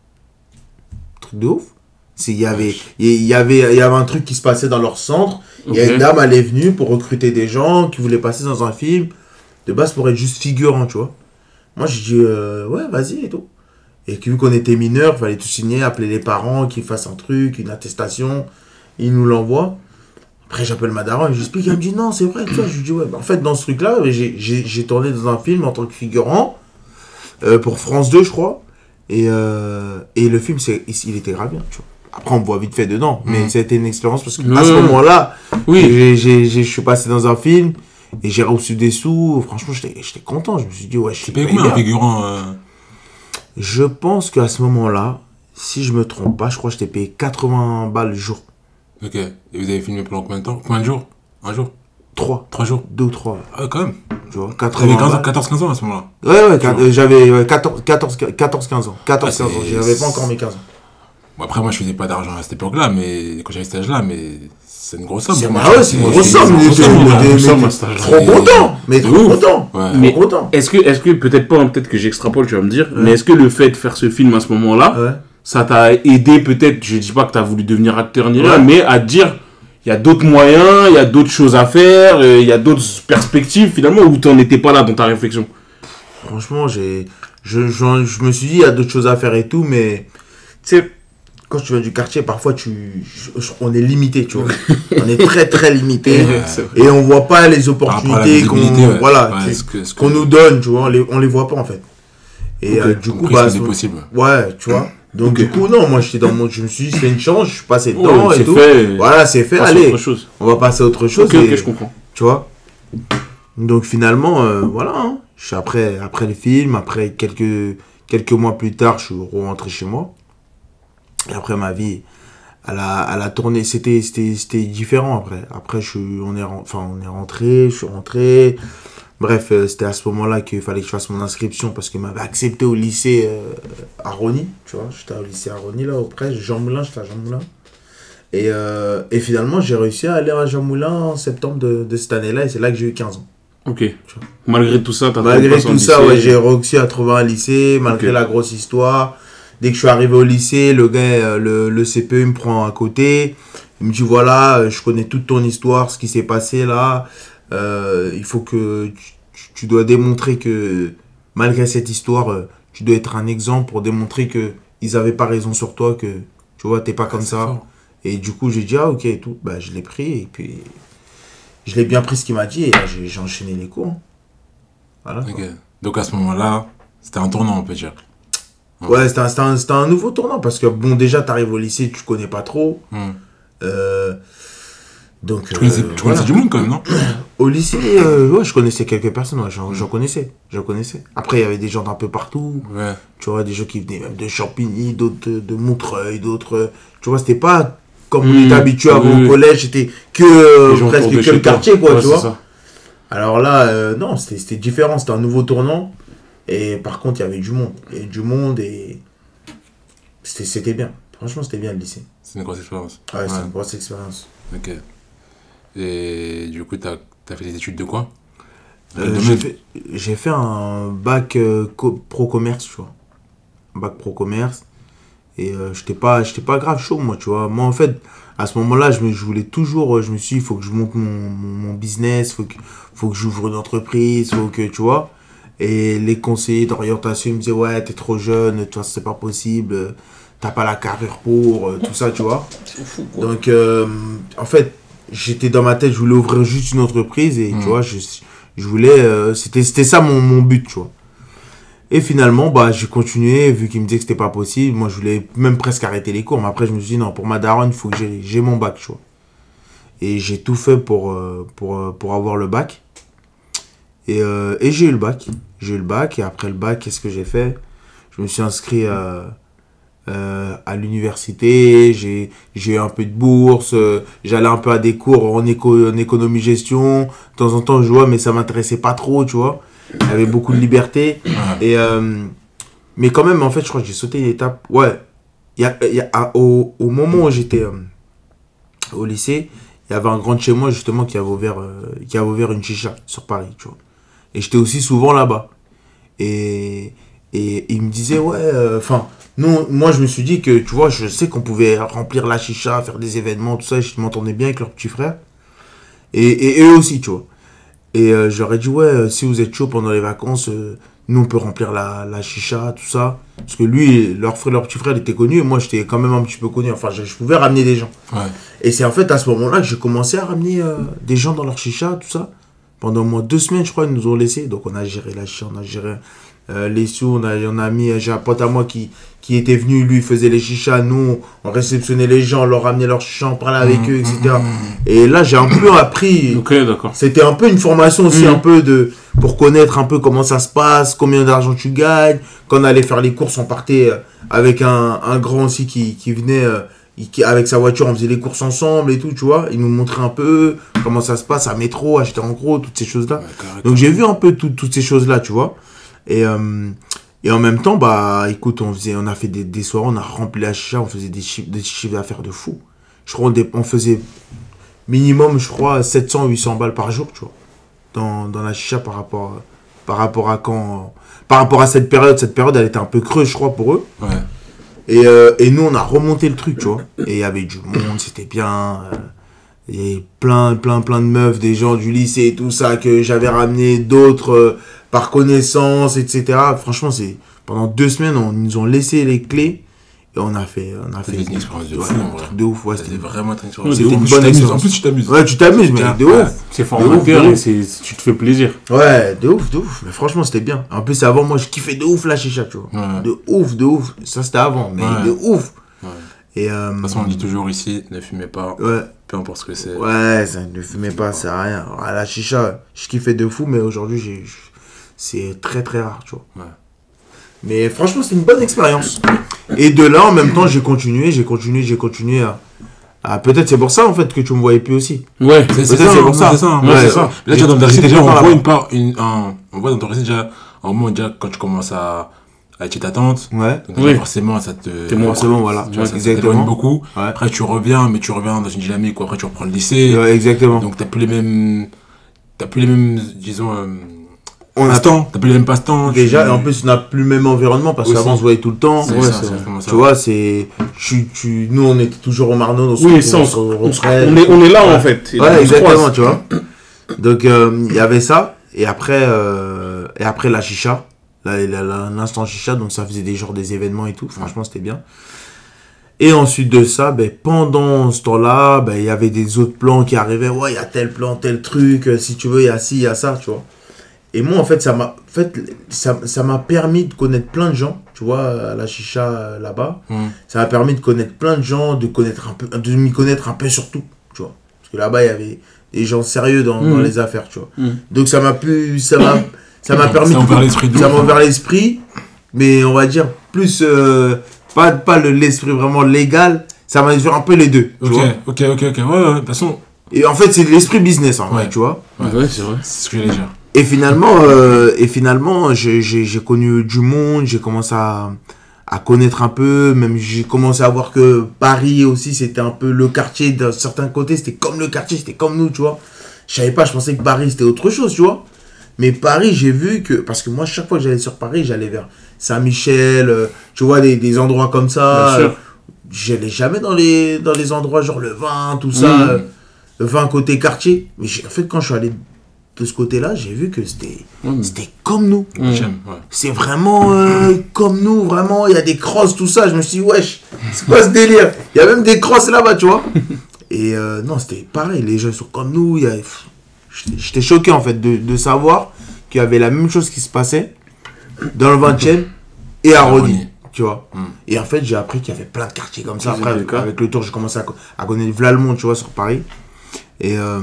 Truc de ouf. C'est- Il y avait, il y avait, il y avait un truc qui se passait dans leur centre. Il y a Ok. une dame, elle est venue pour recruter des gens qui voulaient passer dans un film. De base, pour être juste figurant, tu vois. Moi, j'ai dit, euh, ouais, vas-y et tout. Et que vu qu'on était mineurs, il fallait tout signer, appeler les parents, qu'ils fassent un truc, une attestation. Ils nous l'envoient. Après, j'appelle ma daronne, je lui explique. Elle me dit, non, c'est vrai, tu vois. Je lui dis, ouais, bah, en fait, dans ce truc-là, j'ai, j'ai, j'ai tourné dans un film en tant que figurant, euh, pour France deux, je crois. Et, euh, et le film, c'est, il, il était grave bien, tu vois. Après, on me voit vite fait dedans, mais Mhm. ça a été une expérience parce que Mhm. à ce moment-là, Oui. j'ai, j'ai, j'ai- je suis passé dans un film et j'ai reçu des sous. Franchement, j'étais, j'étais content. Je me suis dit, ouais, je suis Tu payes payé combien un bien. figurant euh, Je pense qu'à ce moment-là, si je me trompe pas, je crois que je t'ai payé quatre-vingts balles le jour. Ok. Et vous avez filmé pendant combien de temps? Combien de jours? Un jour? trois, Trois jours? deux ou trois, Ah ouais, quand même. tu vois, T'avais quatre-vingts quinze ans- balles. quatorze quinze ans à ce moment-là. Ouais, ouais, quat- vois. euh, j'avais ouais, quatorze, quatorze, quatorze, quinze ans. quatorze, Ah, quinze ans, c'est- j'avais pas encore mes quinze ans. Bon, après, moi, je faisais pas d'argent à cette époque-là, mais quand j'avais cet âge-là, mais c'est une grosse somme. C'est, pour moi. ah ouais, c'est une grosse c'est somme, une mais grosse t'es- somme, mais ouais. t'es- grosse somme mais à cet âge-là. trop Et- content, mais de trop ouf. content, Ouais. trop Mais- content. Est-ce que, est-ce que peut-être pas, peut-être que j'extrapole, tu vas me dire, mais est-ce que le fait de faire ce film à ce moment-là, Ouais. ça t'a aidé peut-être, je dis pas que t'as voulu devenir acteur ni rien, Ouais. mais à te dire, il y a d'autres moyens, il y a d'autres choses à faire, euh, il y a d'autres perspectives finalement, où t'en étais pas là dans ta réflexion. Franchement, j'ai, je, je, je me suis dit, il y a d'autres choses à faire et tout, mais tu sais, quand tu viens du quartier, parfois tu, je- je- on est limité, tu vois. On est très très limité Ouais. et on voit pas les Par rapport à la opportunités qu'on, visibilité, ouais. voilà, Ouais, tu sais, ce que- ce que- qu'on nous donne, tu vois, on les, on les voit pas en fait. Et Ok. euh, du qu'on coup, prise bah, comme ce- des possibles. ouais, tu vois. Donc Ok. du coup, non, moi j'étais dans mon, je me suis dit, c'est une chance, je suis passé dedans Ouais, et c'est tout. fait. Voilà, c'est fait, passe à allez, autre chose. on va passer à autre chose. Ok, et- ok, je comprends. tu vois. Donc finalement, euh, voilà. hein. Je suis après, après le film, après quelques, quelques mois plus tard, je suis rentré chez moi. Et après ma vie, elle a, elle a tourné. C'était, c'était, c'était différent après. Après, je suis, on est, ren- enfin, on est rentré, je suis rentré. Bref, euh, c'était à ce moment-là qu'il fallait que je fasse mon inscription parce qu'il m'avait accepté au lycée euh, à Rony. Tu vois, j'étais au lycée à Rony, là, auprès. Jean Moulin, j'étais à Jean Moulin. Et, euh, et finalement, j'ai réussi à aller à Jean Moulin en septembre de, de cette année-là. Et c'est là que j'ai eu quinze ans. Ok. Malgré tout ça, t'as Malgré trouvé pas tout son ça, lycée. ouais, j'ai réussi à trouver un lycée, malgré Ok. la grosse histoire. Dès que je suis arrivé au lycée, le gars, euh, le, le C P E, il me prend à côté. Il me dit, voilà, euh, je connais toute ton histoire, ce qui s'est passé là. Euh, il faut que tu, tu- tu dois démontrer que, malgré cette histoire, euh, tu dois être un exemple pour démontrer que ils avaient pas raison sur toi, que tu vois, t'es pas comme c'est ça. fort. Et du coup, j'ai dit, ah, ok, et tout. Bah, je l'ai pris, et puis, je l'ai bien pris ce qu'il m'a dit, et là, j'ai, j'ai enchaîné les cours. Voilà. Ok. Quoi. Donc à ce moment-là, c'était un tournant, on peut dire. Ouais, c'était un, c'était, un, c'était un nouveau tournant, parce que, bon, déjà, t'arrives au lycée, tu connais pas trop. Hmm. Euh, donc, Tu connaissais, euh, tu connaissais voilà. du monde quand même, non? Au lycée, euh, ouais, je connaissais quelques personnes, ouais, j'en, j'en connaissais, j'en connaissais. Après, il y avait des gens d'un peu partout, Ouais. tu vois, des gens qui venaient même de Champigny, d'autres de, de Montreuil, d'autres, tu vois, c'était pas comme on Mmh, était habitué avant oui, au oui. collège, c'était que euh, Les gens presque autour de que chez le toi. quartier, quoi, Ouais, tu c'est vois. ça. Alors là, euh, non, c'était, c'était différent, c'était un nouveau tournant, et par contre, il y avait du monde, et du monde, et c'était, c'était bien, franchement, c'était bien le lycée. C'est une grosse expérience. Ouais, Ouais. c'était une grosse expérience. Ok. Et du coup, t'as as fait des études de quoi? Dans quel Euh, domaine? j'ai, fait, j'ai fait un bac euh, co- pro-commerce, tu vois. Un bac pro-commerce. Et euh, j'étais pas, j'étais pas grave chaud, moi, tu vois. Moi, en fait, à ce moment-là, je, me, je voulais toujours, je me suis dit, il faut que je monte mon, mon, mon business, il faut que, faut que j'ouvre une entreprise, faut que, tu vois. Et les conseillers d'orientation, ils me disaient, ouais, t'es trop jeune, tu vois, c'est pas possible, t'as pas la carrure pour, euh, tout ça, tu vois. C'est fou, quoi. Donc, euh, en fait, j'étais dans ma tête, je voulais ouvrir juste une entreprise et, Mm. tu vois, je, je voulais, euh, c'était, c'était ça mon, mon but, tu vois. Et finalement, bah, j'ai continué, vu qu'il me disait que c'était pas possible. Moi, je voulais même presque arrêter les cours. Mais après, je me suis dit, non, pour ma daronne, il faut que j'ai, j'ai mon bac, tu vois. Et j'ai tout fait pour, euh, pour, euh, pour avoir le bac. Et, euh, et j'ai eu le bac. J'ai eu le bac. Et après le bac, qu'est-ce que j'ai fait? Je me suis inscrit à, euh, à l'université. J'ai, j'ai eu un peu de bourse. euh, J'allais un peu à des cours en, éco, en économie-gestion. De temps en temps, je jouais, mais ça m'intéressait pas trop, tu vois. Il y avait beaucoup de liberté. Et, euh, mais quand même, en fait, je crois que j'ai sauté une étape. Ouais. Il y a, il y a, à- au, au moment où j'étais euh, au lycée, il y avait un grand de chez moi, justement, qui avait ouvert, euh, qui avait ouvert une chicha sur Paris, tu vois. Et j'étais aussi souvent là-bas. Et, et il me disait, ouais, enfin, non, moi, je me suis dit que, tu vois, je sais qu'on pouvait remplir la chicha, faire des événements, tout ça, et je m'entendais bien avec leur petit frère. Et, et eux aussi, tu vois. Et euh, j'aurais dit, ouais, euh, si vous êtes chaud pendant les vacances, euh, nous, on peut remplir la, la chicha, tout ça. Parce que lui, leur, frère, leur petit frère, il était connu, et moi, j'étais quand même un petit peu connu. Enfin, je, je pouvais ramener des gens. Ouais. Et c'est en fait à ce moment-là que j'ai commencé à ramener euh, des gens dans leur chicha, tout ça. Pendant au moins deux semaines, je crois, ils nous ont laissé. Donc, on a géré la chicha, on a géré euh, les sous, on a, on a mis, j'ai un pote à moi qui, qui était venu, lui, il faisait les chichas, nous, on réceptionnait les gens, on leur ramenait leur chicha, on parlait avec Mmh, eux, et cetera. mmh, mmh. Et là, j'ai un peu appris. Ok, d'accord. C'était un peu une formation aussi, Mhm. un peu de pour connaître un peu comment ça se passe, combien d'argent tu gagnes. Quand on allait faire les courses, on partait euh, avec un, un grand aussi qui, qui venait euh, il- qui, avec sa voiture, on faisait les courses ensemble et tout, tu vois. Il nous montrait un peu comment ça se passe à métro, acheter en gros, toutes ces choses-là. Ouais, carré, Donc j'ai vu un peu tout- toutes ces choses-là, tu vois. Et, euh, et en même temps, bah écoute, on, faisait, on a fait des, des soirées, on a rempli la chicha, on faisait des chiffres, des chiffres d'affaires de fou. Je crois on, dé- on faisait minimum, je crois, sept cents, huit cents balles par jour, tu vois. Dans, dans la chicha par rapport, par rapport à quand. Par rapport à cette période, cette période elle était un peu creuse, je crois, pour eux. Ouais. Et, euh, et nous, on a remonté le truc, tu vois. Et il y avait du monde, c'était bien. euh, Il y avait plein, plein, plein de meufs, des gens du lycée et tout ça, que j'avais ramené, d'autres euh, par connaissance, et cetera. Franchement, c'est pendant deux semaines, on ils nous ont laissé les clés. Et on a fait. On a fait C'était une expérience de ouais, fou, en un vrai. truc de ouf, ouais. C'était C'était vraiment une expérience. Ouais, de c'était ouf. une Tu bonne t'amuses. expérience. En plus, tu t'amuses. Ouais, tu t'amuses, mais de Ouais. ouf. C'est formateur de et ouf. c'est, tu te fais plaisir. Ouais, de ouf, de ouf. Mais franchement, c'était bien. En plus, avant, moi, je kiffais de ouf la chicha, tu vois. Ouais. De ouf, de ouf. Ça, c'était avant, mais Ouais. de ouf. Ouais. Et, euh, De toute façon, on dit toujours ici, ne fumez pas, ouais, peu importe ce que c'est. ouais, ça ne fumait pas, ça sert à rien. À la chicha, je kiffais de fou, mais aujourd'hui, j'ai, je- c'est très très rare, tu vois. Ouais. Mais franchement, c'était une bonne expérience. Et de là, en même temps, j'ai continué, j'ai continué, j'ai continué à. à- peut-être c'est pour ça, en fait, que tu me voyais plus aussi. Ouais. C'est c'est Peut-être ça, c'est hein, pour ça. c'est ça. hein, Ouais, ouais, c'est ouais. ça. Là, J'ai- tu vois, dans ton j'ai récit, déjà, été on par voit là-bas. une part, une, un, on voit dans ton récit, déjà, un moment, déjà, quand tu commences à, à être chez ta tante, Ouais. donc déjà, Oui. forcément, ça te... T'es moins- Forcément, voilà. Tu vois, ça, ça exactement. t'éloigne beaucoup. Ouais. Après, tu reviens, mais tu reviens dans une dynamique où après, tu reprends le lycée. Ouais, exactement. Donc, t'as plus les mêmes... T'as plus les mêmes, disons, euh, On a passe-temps. T'as plus les mêmes passe-temps. déjà, tu- et en plus, on n'a plus le même environnement parce Aussi. qu'avant, on se voyait tout le temps. C'est Ouais, ça, c'est c'est vrai. vraiment ça. Tu vois, c'est. Tu, tu, nous, on était toujours au Marnon. On se Oui, retrouve, ça, on, on se- se on, se- retrouve. on est, on est là Ouais. en fait. Et Ouais, on se exactement, croise. tu vois. Donc, euh, il y avait ça. Et après, euh, et après la chicha. là, là, là, l'instant chicha, donc ça faisait des genres des événements et tout. Franchement, c'était bien. Et ensuite de ça, ben, pendant ce temps-là, ben, il y avait des autres plans qui arrivaient. Ouais, il y a tel plan, tel truc. Si tu veux, il y a ci, il y a ça, tu vois. Et moi, en fait, ça m'a, en fait, ça, ça m'a permis de connaître plein de gens, tu vois, à la chicha euh, là-bas. Mmh. Ça m'a permis de connaître plein de gens, de connaître un peu, de m'y connaître un peu sur tout, tu vois. Parce que là-bas, il y avait des gens sérieux dans, mmh. dans les affaires, tu vois. Mmh. Donc ça m'a pu, ça m'a, ça m'a permis. Ça m'a ouvert l'esprit. Ça m'a ouvert l'esprit, mais on va dire plus. Euh, Pas, pas le, l'esprit vraiment légal, ça m'a fait un peu les deux. Ok, tu vois ok, ok, ok. Ouais, ouais, de toute façon. Et en fait, c'est l'esprit business, en ouais. vrai, tu vois. Ouais, ouais, c'est vrai. C'est ce que j'allais dire. Et finalement, euh, et finalement j'ai, j'ai, j'ai connu du monde, j'ai commencé à, à connaître un peu, même j'ai commencé à voir que Paris aussi, c'était un peu le quartier d'un certain côté, c'était comme le quartier, c'était comme nous, tu vois. Je savais pas, je pensais que Paris, c'était autre chose, tu vois. Mais Paris, j'ai vu que... Parce que moi, chaque fois que j'allais sur Paris, j'allais vers Saint-Michel, euh, tu vois, des, des endroits comme ça. Euh, j'allais jamais dans les, dans les endroits genre le vin, tout ça. Mmh. Euh, le vin côté quartier. Mais en fait, quand je suis allé de ce côté-là, j'ai vu que c'était, mmh. c'était comme nous. Mmh. J'aime, ouais. C'est vraiment euh, comme nous, vraiment. Il y a des crosses, tout ça. Je me suis dit, wesh, c'est quoi ce délire? Il y a même des crosses là-bas, tu vois. Et euh, non, c'était pareil. Les gens sont comme nous. Il y a... J'étais choqué en fait de, de savoir qu'il y avait la même chose qui se passait dans le vingtième et à Rony, tu vois. Mm. Et en fait, j'ai appris qu'il y avait plein de quartiers comme ça. Après, avec, avec le tour, j'ai commencé à, à connaître Vlalmont, tu vois, sur Paris. Et, euh,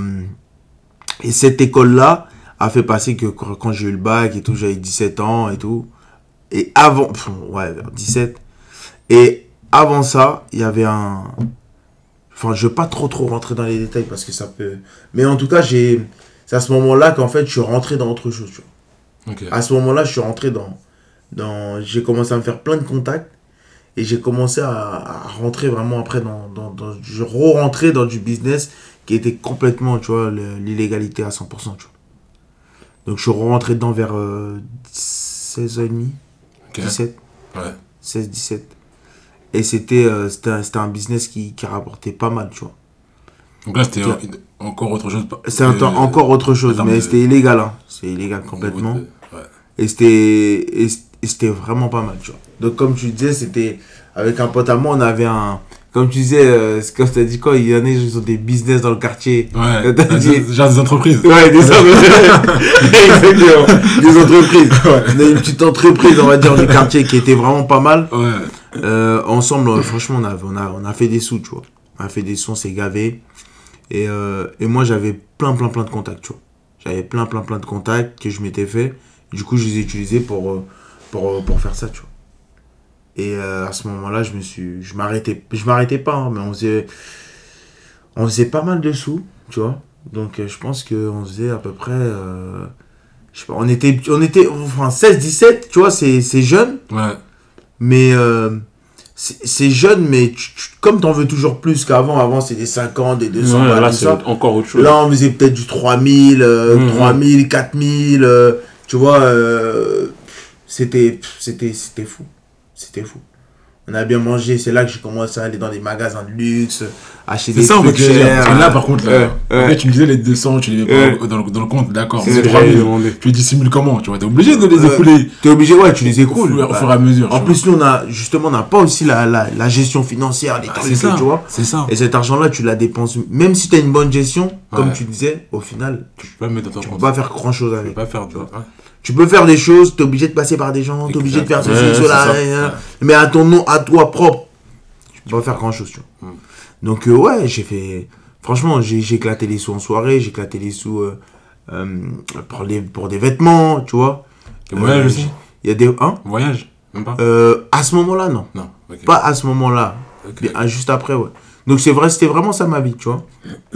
et cette école-là a fait passer que quand j'ai eu le bac et tout, j'avais dix-sept ans et tout. Et avant, pff, ouais, dix-sept. Et avant ça, il y avait un... Enfin, je ne veux pas trop trop rentrer dans les détails parce que ça peut... Mais en tout cas, j'ai... c'est à ce moment-là qu'en fait, je suis rentré dans autre chose. Tu vois. Okay. À ce moment-là, je suis rentré dans... dans... J'ai commencé à me faire plein de contacts et j'ai commencé à, à rentrer vraiment après dans... dans, dans... Je re-rentrais dans du business qui était complètement, tu vois, le... l'illégalité à cent pour cent, tu vois. Donc, je suis rentré dedans vers euh, seize ans et demi, okay. dix-sept. Ouais. seize dix-sept. Et c'était, euh, c'était, un, c'était un business qui, qui rapportait pas mal, tu vois. Donc là, c'était c'était encore autre chose. C'est un temps, encore autre chose, mais de... c'était illégal. Hein. C'est illégal complètement. De... Ouais. Et, c'était, et, et c'était vraiment pas mal, tu vois. Donc, comme tu disais, c'était... Avec un pote à moi, on avait un... Comme tu disais, euh, quand je t'ai dit quoi, il y en a, ils ont des business dans le quartier. Ouais, dit... genre des entreprises. Ouais, des entreprises. Exactement. Des entreprises. Ouais. On a une petite entreprise, on va dire, du quartier qui était vraiment pas mal. Ouais. Euh, ensemble, franchement, on a, on, a, on a fait des sous, tu vois. On a fait des sous, on s'est gavé. Et, euh, et moi, j'avais plein, plein, plein de contacts, tu vois. J'avais plein, plein, plein de contacts que je m'étais fait. Du coup, je les ai utilisés pour, pour, pour faire ça, tu vois. Et euh, à ce moment-là, je me suis... Je m'arrêtais, je m'arrêtais pas, hein, mais on faisait... On faisait pas mal de sous, tu vois. Donc, euh, je pense qu'on faisait à peu près... Euh, je sais pas, on était... On était enfin, seize dix-sept, tu vois, c'est, c'est jeune. Ouais. Mais euh, c'est, c'est jeune, mais tu, tu, comme t'en veux toujours plus qu'avant, avant c'était cinquante, des deux cents, ouais, balles, là tout c'est ça. encore autre chose. Là on faisait peut-être du trois mille, euh, mmh, trois mille, quatre mille, euh, tu vois, euh, c'était, c'était, c'était fou, c'était fou. On a bien mangé, c'est là que j'ai commencé à aller dans des magasins de luxe, acheter c'est des ça, trucs chers. Parce que là, par contre, là, euh, euh, après, tu me disais les deux cents, tu les mets euh, pas dans le, dans le compte, d'accord. C'est C'est trois mille. Tu les dissimules comment? Tu vois, t'es obligé de les écouler. Euh, t'es obligé, ouais, tu les écoules. Au, au fur et à mesure. En plus, nous, on a, justement, on n'a pas aussi la, la, la gestion financière, les ah, trucs, c'est ça, tu vois. C'est ça. Et cet argent-là, tu la dépenses. Même si tu as une bonne gestion, ouais. Comme tu disais, au final, tu peux pas mettre dans ton tu compte. peux pas faire grand-chose avec. Tu peux pas faire, tu vois. Tu peux faire des choses, t'es obligé de passer par des gens, t'es obligé de faire ceci, ouais, cela, ouais. Mais à ton nom, à toi propre, tu peux pas faire grand-chose, tu vois. Mm. Donc, euh, ouais, j'ai fait... Franchement, j'ai, j'ai éclaté les sous en soirée, j'ai éclaté les sous euh, euh, pour, les, pour des vêtements, tu vois. Des voyages euh, aussi. Il y a des... Hein Voyage, même pas euh, À ce moment-là, non. Non, okay. Pas à ce moment-là. Okay. Bien, juste après, ouais. Donc, c'est vrai, c'était vraiment ça ma vie, tu vois.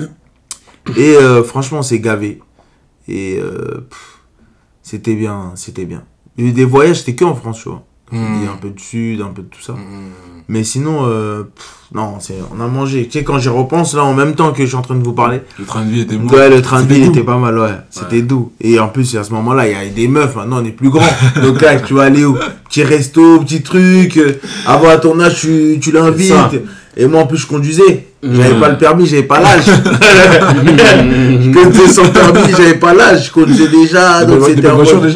Et euh, franchement, on s'est gavé. Et euh, pff, c'était bien, c'était bien. Et des voyages, c'était que en France, tu vois. Mmh. Un peu de sud, un peu de tout ça. Mmh. Mais sinon, euh, pff, non, c'est, on a mangé. Tu sais, quand j'y repense, là, en même temps que je suis en train de vous parler. Le train de vie était bon. Ouais, le train de vie était pas mal, ouais. C'était ouais. doux. Et en plus, à ce moment-là, il y a des meufs. Maintenant, on est plus grand. Donc là, tu vas aller au petit resto, petit truc. Avant à ton âge, tu, tu l'invites. Et moi, en plus, je conduisais. J'avais mmh. pas le permis, j'avais pas l'âge. Je conduisais sans permis, j'avais pas l'âge. Je conduisais déjà. Donc, c'était en voiture déjà.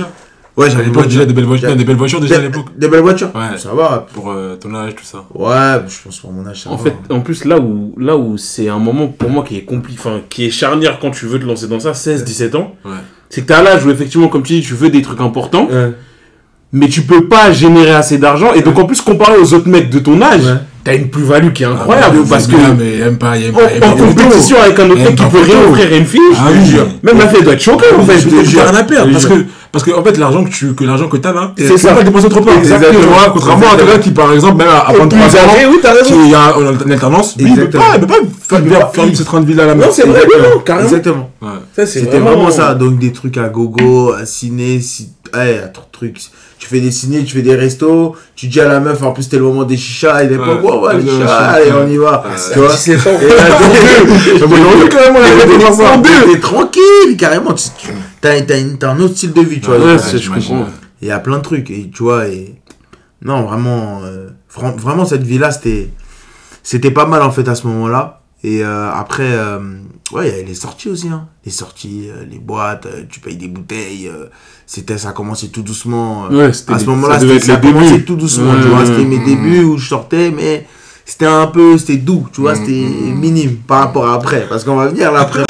Ouais, j'avais À l'époque, déjà des belles voitures, des belles voitures déjà à Des, l'époque. des belles voitures. Ouais. Ça va. Pour euh, ton âge, tout ça. Ouais, je pense pour mon âge, ça En va. fait, en plus, là où, là où c'est un moment pour moi qui est compliqué, enfin, qui est charnière quand tu veux te lancer dans ça, seize dix-sept ans, Ouais. c'est que t'es à l'âge où effectivement, comme tu dis, tu veux des trucs importants, Ouais. mais tu peux pas générer assez d'argent. Et donc, en plus, comparé aux autres mecs de ton âge, Ouais. t'as une plus-value qui est incroyable. Ah, parce que bien, mais aime pas, aime en, pas, aime en pas les compétition photos. avec un autre Aime mec qui pas peut photo. rien offrir à une fille, Ah je te oui. jure. Même la fille doit être choquée en fait. Je te jure, rien à perdre. Je Parce te jure. que, parce que, en fait, l'argent que tu, que l'argent que t'as là, C'est tu ça. peux pas dépenser trop peu. Exactement. Tu vois, contrairement à quelqu'un qui, par exemple, même à vingt-trois Plus âgé, ans, oui, t'as raison. qui a une alternance, lui, il peut Exactement. pas, il peut pas faire, faire, faire ce train de vie là à la Non, main. c'est vrai, oui, non, carrément. Exactement. Ouais. Ça, c'est C'était vraiment... ça. Donc des trucs à gogo, à ciné, si... ouais, un truc. Tu fais des ciné, tu fais des restos, tu dis à la meuf, en plus c'était le moment des chichas, et des Ouais. fois, ouais, ouais, les Ouais, chichas, ouais. allez, on y va. Ouais. Tu vois. dix-sept ans. Et là, Mais bon, aujourd'hui, quand même, on avait fait faire ça en deux. t'es- t'es tranquille, carrément. Tu, tu- t'as, t'as, une- t'as un autre style de vie, tu vois. Ouais, Il c'est- je j'imagine. comprends. y a plein de trucs, et tu vois, et. Non, vraiment, euh, fran- vraiment, cette vie-là, c'était. C'était pas mal, en fait, à ce moment-là. Et euh, après, euh, ouais, il y avait les sorties aussi, hein. Les sorties, euh, les boîtes, euh, tu payes des bouteilles. euh, c'était, ça a commencé tout doucement. euh, Ouais, c'était à ce les- moment-là, ça devait c'était- ça a être les commencé débuts. tout doucement, Ouais, tu vois. ouais, C'était mes ouais. débuts où je sortais, mais c'était un peu, c'était doux, tu vois, Mm, c'était mm, mm. minime par rapport à après. Parce qu'on va venir là après.